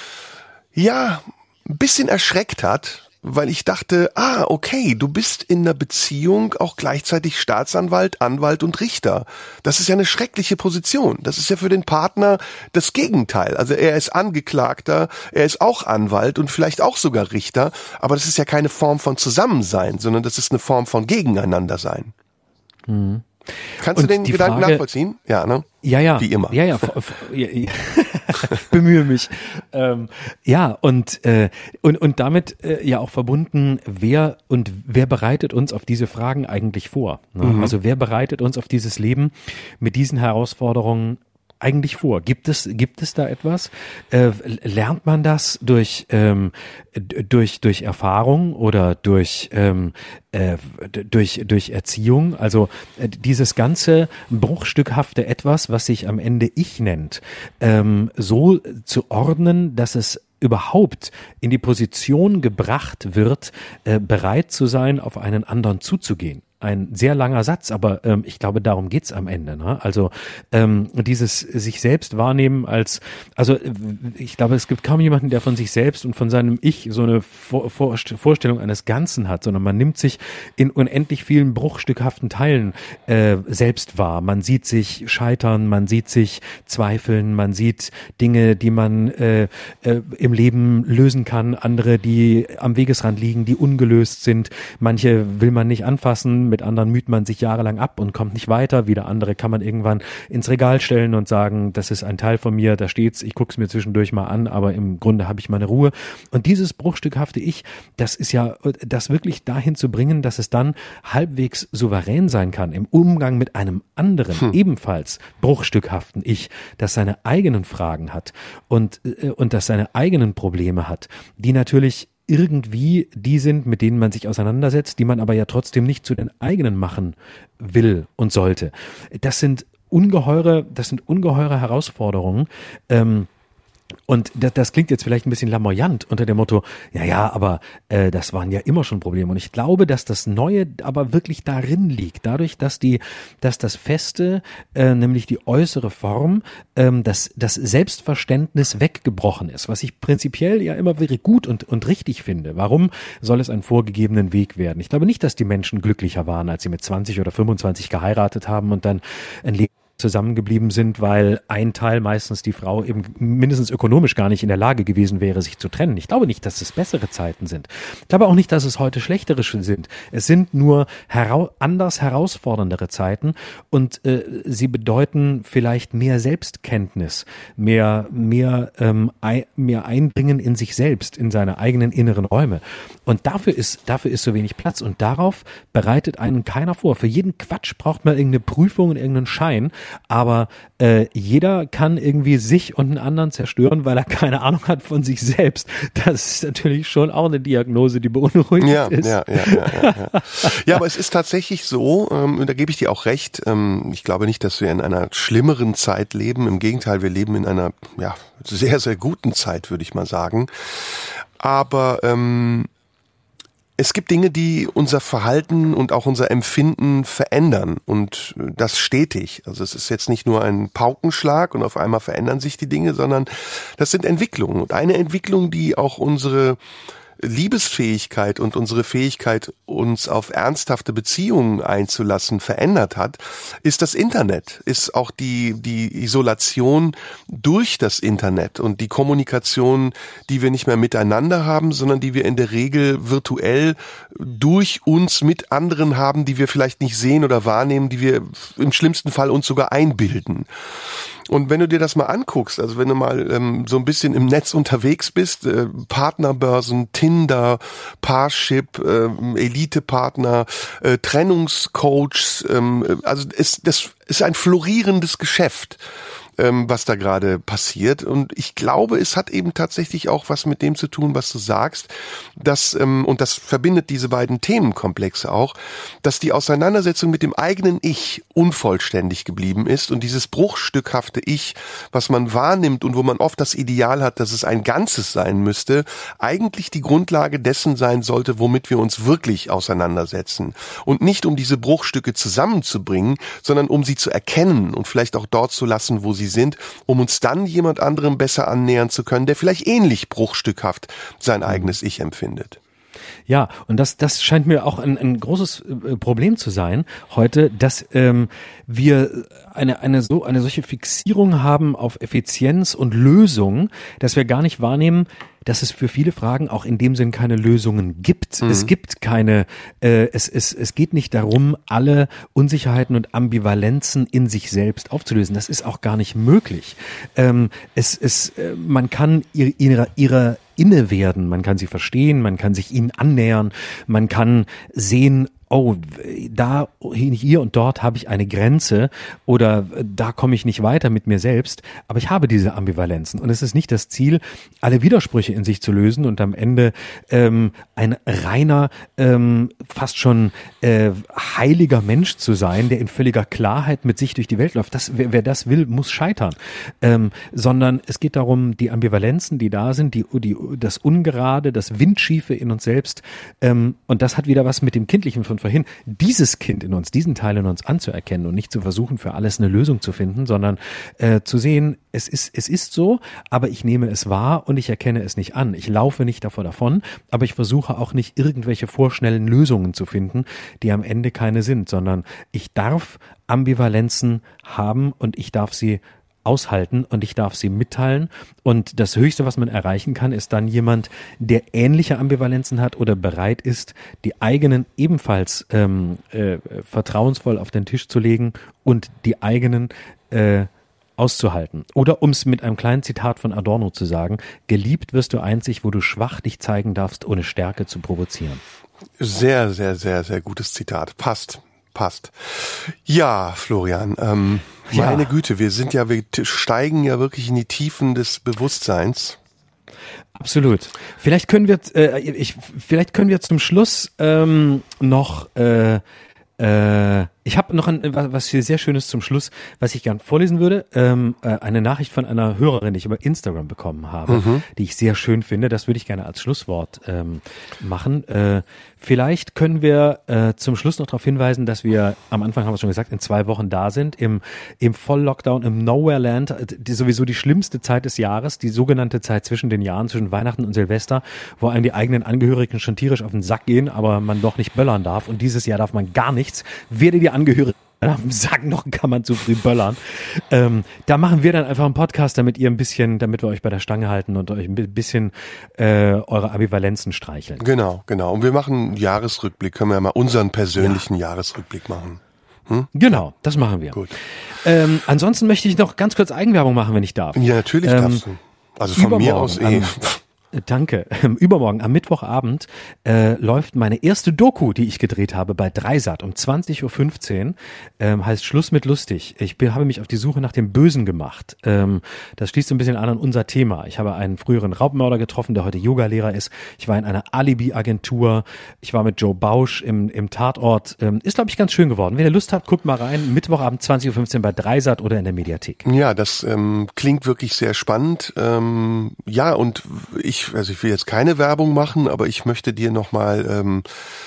ja, ein bisschen erschreckt hat, weil ich dachte, ah, okay, du bist in einer Beziehung auch gleichzeitig Staatsanwalt, Anwalt und Richter. Das ist ja eine schreckliche Position. Das ist ja für den Partner das Gegenteil. Also er ist Angeklagter, er ist auch Anwalt und vielleicht auch sogar Richter, aber das ist ja keine Form von Zusammensein, sondern das ist eine Form von Gegeneinandersein. Mhm. Kannst und du den Gedanken Frage, nachvollziehen? Ja, ne? Ja, ja. Wie immer. Ja, ja. ja, ja. Bemühe mich. Ähm, ja, und, äh, und, und damit äh, ja auch verbunden, wer und wer bereitet uns auf diese Fragen eigentlich vor? Ne? Mhm. Also wer bereitet uns auf dieses Leben mit diesen Herausforderungen eigentlich vor? Gibt es, gibt es da etwas? Äh, lernt man das durch, ähm, durch, durch Erfahrung oder durch, ähm, äh, durch, durch Erziehung? Also äh, dieses ganze bruchstückhafte Etwas, was sich am Ende Ich nennt, ähm, so zu ordnen, dass es überhaupt in die Position gebracht wird, äh, bereit zu sein, auf einen anderen zuzugehen. ein sehr langer Satz, aber ähm, ich glaube, darum geht's am Ende. Ne? Also ähm, dieses sich selbst wahrnehmen als, also ich glaube, es gibt kaum jemanden, der von sich selbst und von seinem Ich so eine Vor- Vor- Vorstellung eines Ganzen hat, sondern man nimmt sich in unendlich vielen bruchstückhaften Teilen äh, selbst wahr. Man sieht sich scheitern, man sieht sich zweifeln, man sieht Dinge, die man äh, äh, im Leben lösen kann, andere, die am Wegesrand liegen, die ungelöst sind. Manche will man nicht anfassen, mit anderen müht man sich jahrelang ab und kommt nicht weiter. Wieder andere kann man irgendwann ins Regal stellen und sagen, das ist ein Teil von mir, da steht's, ich guck's mir zwischendurch mal an, aber im Grunde habe ich meine Ruhe. Und dieses bruchstückhafte Ich, das ist ja, das wirklich dahin zu bringen, dass es dann halbwegs souverän sein kann im Umgang mit einem anderen, hm. ebenfalls bruchstückhaften Ich, das seine eigenen Fragen hat und, und das seine eigenen Probleme hat, die natürlich irgendwie die sind, mit denen man sich auseinandersetzt, die man aber ja trotzdem nicht zu den eigenen machen will und sollte. Das sind ungeheure, das sind ungeheure Herausforderungen. Ähm, Und das, das klingt jetzt vielleicht ein bisschen lamoyant unter dem Motto, ja, ja, aber äh, das waren ja immer schon Probleme. Und ich glaube, dass das Neue aber wirklich darin liegt, dadurch, dass die, dass das Feste, äh, nämlich die äußere Form, ähm, dass das Selbstverständnis weggebrochen ist, was ich prinzipiell ja immer very gut und, und richtig finde. Warum soll es einen vorgegebenen Weg werden? Ich glaube nicht, dass die Menschen glücklicher waren, als sie mit zwanzig oder fünfundzwanzig geheiratet haben und dann ein Leben zusammengeblieben sind, weil ein Teil, meistens die Frau, eben mindestens ökonomisch gar nicht in der Lage gewesen wäre, sich zu trennen. Ich glaube nicht, dass es bessere Zeiten sind. Ich glaube auch nicht, dass es heute schlechtere sind. Es sind nur herau- anders herausforderndere Zeiten und äh, sie bedeuten vielleicht mehr Selbstkenntnis, mehr mehr ähm, ei- mehr Einbringen in sich selbst, in seine eigenen inneren Räume. Und dafür ist dafür ist so wenig Platz und darauf bereitet einen keiner vor. Für jeden Quatsch braucht man irgendeine Prüfung und irgendeinen Schein. Aber äh, jeder kann irgendwie sich und einen anderen zerstören, weil er keine Ahnung hat von sich selbst. Das ist natürlich schon auch eine Diagnose, die beunruhigend ja, ist. Ja, ja, ja, ja, ja. Ja, aber es ist tatsächlich so, ähm, und da gebe ich dir auch recht, ähm, ich glaube nicht, dass wir in einer schlimmeren Zeit leben. Im Gegenteil, wir leben in einer ja sehr, sehr guten Zeit, würde ich mal sagen. Aber ähm, es gibt Dinge, die unser Verhalten und auch unser Empfinden verändern und das stetig. Also es ist jetzt nicht nur ein Paukenschlag und auf einmal verändern sich die Dinge, sondern das sind Entwicklungen. Und eine Entwicklung, die auch unsere Liebesfähigkeit und unsere Fähigkeit, uns auf ernsthafte Beziehungen einzulassen, verändert hat, ist das Internet, ist auch die, die Isolation durch das Internet und die Kommunikation, die wir nicht mehr miteinander haben, sondern die wir in der Regel virtuell durch uns mit anderen haben, die wir vielleicht nicht sehen oder wahrnehmen, die wir im schlimmsten Fall uns sogar einbilden. Und wenn du dir das mal anguckst, also wenn du mal ähm, so ein bisschen im Netz unterwegs bist, äh, Partnerbörsen, Tinder, Parship, äh, Elite-Partner, äh, Trennungscoaches, ähm, also es, das ist ein florierendes Geschäft, ähm, was da gerade passiert. Und ich glaube, es hat eben tatsächlich auch was mit dem zu tun, was du sagst, dass, ähm, und das verbindet diese beiden Themenkomplexe auch, dass die Auseinandersetzung mit dem eigenen Ich unvollständig geblieben ist und dieses bruchstückhafte Ich, was man wahrnimmt und wo man oft das Ideal hat, dass es ein Ganzes sein müsste, eigentlich die Grundlage dessen sein sollte, womit wir uns wirklich auseinandersetzen. Und nicht um diese Bruchstücke zusammenzubringen, sondern um sie zu erkennen und vielleicht auch dort zu lassen, wo sie sind, um uns dann jemand anderem besser annähern zu können, der vielleicht ähnlich bruchstückhaft sein eigenes Ich empfindet. Ja, und das, das scheint mir auch ein, ein großes Problem zu sein heute, dass ähm, wir eine, eine so eine solche Fixierung haben auf Effizienz und Lösung, dass wir gar nicht wahrnehmen, dass es für viele Fragen auch in dem Sinn keine Lösungen gibt. Mhm. Es gibt keine, äh, es, es, es geht nicht darum, alle Unsicherheiten und Ambivalenzen in sich selbst aufzulösen. Das ist auch gar nicht möglich. Ähm, es, es, äh, man kann ihre, ihre, ihre inne werden, man kann sie verstehen, man kann sich ihnen annähern, man kann sehen, oh, da, hier und dort habe ich eine Grenze oder da komme ich nicht weiter mit mir selbst, aber ich habe diese Ambivalenzen und es ist nicht das Ziel, alle Widersprüche in sich zu lösen und am Ende ähm, ein reiner, ähm, fast schon äh, heiliger Mensch zu sein, der in völliger Klarheit mit sich durch die Welt läuft. Das, wer, wer das will, muss scheitern. Ähm, sondern es geht darum, die Ambivalenzen, die da sind, die, die, das Ungerade, das Windschiefe in uns selbst, ähm, und das hat wieder was mit dem Kindlichen von vorhin, dieses Kind in uns, diesen Teil in uns anzuerkennen und nicht zu versuchen, für alles eine Lösung zu finden, sondern äh, zu sehen, es ist, es ist so, aber ich nehme es wahr und ich erkenne es nicht an. Ich laufe nicht davor davon, aber ich versuche auch nicht irgendwelche vorschnellen Lösungen zu finden, die am Ende keine sind, sondern ich darf Ambivalenzen haben und ich darf sie aushalten und ich darf sie mitteilen. Und das Höchste, was man erreichen kann, ist dann jemand, der ähnliche Ambivalenzen hat oder bereit ist, die eigenen ebenfalls ähm, äh, vertrauensvoll auf den Tisch zu legen und die eigenen äh, auszuhalten. Oder um es mit einem kleinen Zitat von Adorno zu sagen, geliebt wirst du einzig, wo du schwach dich zeigen darfst, ohne Stärke zu provozieren. Sehr, sehr, sehr, sehr gutes Zitat. Passt. Passt. Ja, Florian, ähm, ja. meine Güte, wir sind ja, wir steigen ja wirklich in die Tiefen des Bewusstseins. Absolut. Vielleicht können wir, äh, ich, vielleicht können wir zum Schluss ähm, noch äh, äh, ich habe noch ein, was sehr Schönes zum Schluss, was ich gern vorlesen würde. Ähm, äh, eine Nachricht von einer Hörerin, die ich über Instagram bekommen habe, mhm. die ich sehr schön finde. Das würde ich gerne als Schlusswort ähm, machen. Äh, vielleicht können wir äh, zum Schluss noch darauf hinweisen, dass wir, am Anfang haben wir es schon gesagt, in zwei Wochen da sind, im, im Voll-Lockdown, im Nowhere-Land, die, sowieso die schlimmste Zeit des Jahres, die sogenannte Zeit zwischen den Jahren, zwischen Weihnachten und Silvester, wo einem die eigenen Angehörigen schon tierisch auf den Sack gehen, aber man doch nicht böllern darf. Und dieses Jahr darf man gar nichts. Werde die Angehörigen sagen, noch kann man zu früh böllern. Ähm, da machen wir dann einfach einen Podcast, damit ihr ein bisschen, damit wir euch bei der Stange halten und euch ein bisschen äh, eure Ambivalenzen streicheln. Genau, genau. Und wir machen einen Jahresrückblick, können wir ja mal unseren persönlichen ja. Jahresrückblick machen. Hm? Genau, das machen wir. Gut. Ähm, ansonsten möchte ich noch ganz kurz Eigenwerbung machen, wenn ich darf. Ja, natürlich ähm, darfst du. Also von mir aus eh. Am, Danke. Übermorgen am Mittwochabend äh, läuft meine erste Doku, die ich gedreht habe bei Dreisat um zwanzig Uhr fünfzehn. Ähm, heißt Schluss mit lustig. Ich bin, habe mich auf die Suche nach dem Bösen gemacht. Ähm, das schließt so ein bisschen an an unser Thema. Ich habe einen früheren Raubmörder getroffen, der heute Yogalehrer ist. Ich war in einer Alibi-Agentur. Ich war mit Joe Bausch im, im Tatort. Ähm, ist, glaube ich, ganz schön geworden. Wenn ihr Lust habt, guckt mal rein. Mittwochabend zwanzig Uhr fünfzehn bei Dreisat oder in der Mediathek. Ja, das ähm, klingt wirklich sehr spannend. Ähm, ja, und ich Also ich will jetzt keine Werbung machen, aber ich möchte dir nochmal ähm,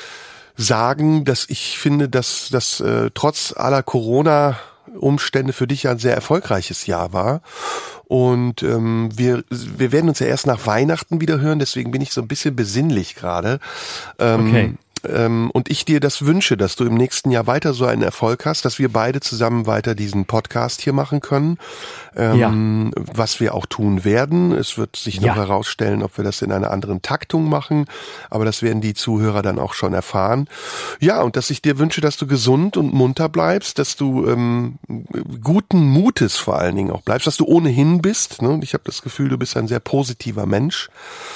sagen, dass ich finde, dass das äh, trotz aller Corona-Umstände für dich ja ein sehr erfolgreiches Jahr war. Und ähm, wir wir werden uns ja erst nach Weihnachten wieder hören, deswegen bin ich so ein bisschen besinnlich gerade. Ähm, okay. Ähm, und ich dir das wünsche, dass du im nächsten Jahr weiter so einen Erfolg hast, dass wir beide zusammen weiter diesen Podcast hier machen können, ähm, ja. was wir auch tun werden. Es wird sich noch ja. herausstellen, ob wir das in einer anderen Taktung machen, aber das werden die Zuhörer dann auch schon erfahren. Ja, und dass ich dir wünsche, dass du gesund und munter bleibst, dass du ähm, guten Mutes vor allen Dingen auch bleibst, dass du ohnehin bist. Ne? Und ich habe das Gefühl, du bist ein sehr positiver Mensch.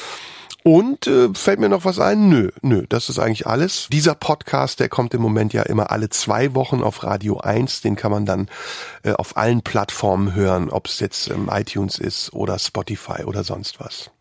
Und äh, fällt mir noch was ein? Nö, nö, das ist eigentlich alles. Dieser Podcast, der kommt im Moment ja immer alle zwei Wochen auf Radio eins. Den kann man dann äh, auf allen Plattformen hören, ob es jetzt ähm, iTunes ist oder Spotify oder sonst was.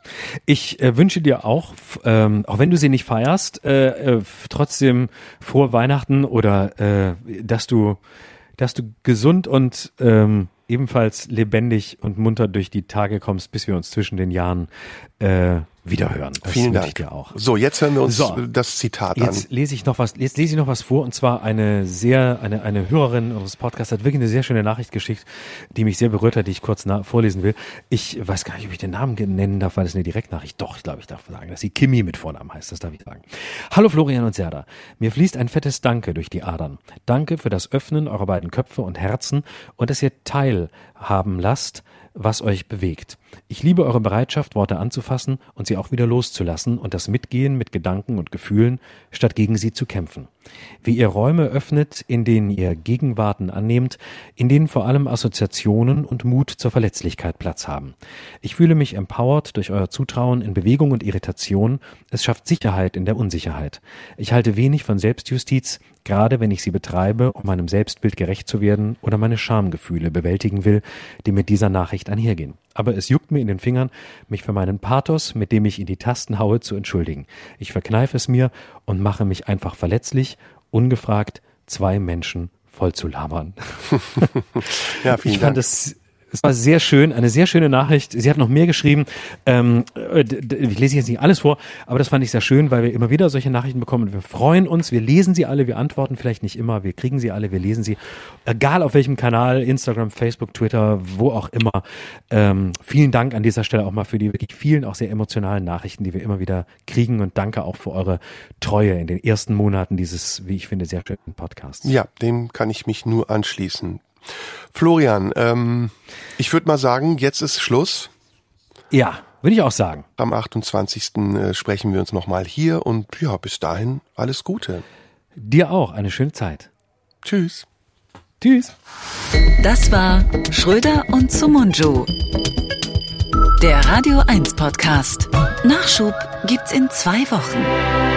Ich äh, wünsche dir auch, ähm, auch wenn du sie nicht feierst, äh, äh, trotzdem frohe Weihnachten oder äh, dass du, dass du gesund und ähm, ebenfalls lebendig und munter durch die Tage kommst, bis wir uns zwischen den Jahren äh, wiederhören. Das Vielen Dank. Ich dir auch. So, jetzt hören wir uns so, das Zitat jetzt an. Jetzt lese ich noch was, jetzt lese ich noch was vor, und zwar eine sehr, eine, eine Hörerin unseres Podcasts hat wirklich eine sehr schöne Nachricht geschickt, die mich sehr berührt hat, die ich kurz na- vorlesen will. Ich weiß gar nicht, ob ich den Namen nennen darf, weil es eine Direktnachricht. Doch, ich glaube, ich darf sagen, dass sie Kimi mit Vornamen heißt, das darf ich sagen. Hallo Florian und Serda. Mir fließt ein fettes Danke durch die Adern. Danke für das Öffnen eurer beiden Köpfe und Herzen und dass ihr teilhaben lasst, was euch bewegt. Ich liebe eure Bereitschaft, Worte anzufassen und sie auch wieder loszulassen und das Mitgehen mit Gedanken und Gefühlen, statt gegen sie zu kämpfen. Wie ihr Räume öffnet, in denen ihr Gegenwarten annehmt, in denen vor allem Assoziationen und Mut zur Verletzlichkeit Platz haben. Ich fühle mich empowered durch euer Zutrauen in Bewegung und Irritation. Es schafft Sicherheit in der Unsicherheit. Ich halte wenig von Selbstjustiz, gerade wenn ich sie betreibe, um meinem Selbstbild gerecht zu werden oder meine Schamgefühle bewältigen will, die mit dieser Nachricht einhergehen. Aber es juckt mir in den Fingern, mich für meinen Pathos, mit dem ich in die Tasten haue, zu entschuldigen. Ich verkneife es mir und mache mich einfach verletzlich, ungefragt zwei Menschen voll zu labern. Ja, vielen ich fand Dank. das Es war sehr schön, eine sehr schöne Nachricht. Sie hat noch mehr geschrieben. Ähm, ich lese jetzt nicht alles vor, aber das fand ich sehr schön, weil wir immer wieder solche Nachrichten bekommen. Wir freuen uns, wir lesen sie alle, wir antworten vielleicht nicht immer, wir kriegen sie alle, wir lesen sie. Egal auf welchem Kanal, Instagram, Facebook, Twitter, wo auch immer. Ähm, vielen Dank an dieser Stelle auch mal für die wirklich vielen, auch sehr emotionalen Nachrichten, die wir immer wieder kriegen. Und danke auch für eure Treue in den ersten Monaten dieses, wie ich finde, sehr schönen Podcasts. Ja, dem kann ich mich nur anschließen. Florian, ähm, ich würde mal sagen, jetzt ist Schluss. Ja, würde ich auch sagen. Am achtundzwanzigsten Äh, sprechen wir uns nochmal hier und ja, bis dahin alles Gute. Dir auch, eine schöne Zeit. Tschüss. Tschüss. Das war Schröder und Sumunju, der Radio eins Podcast. Nachschub gibt's in zwei Wochen.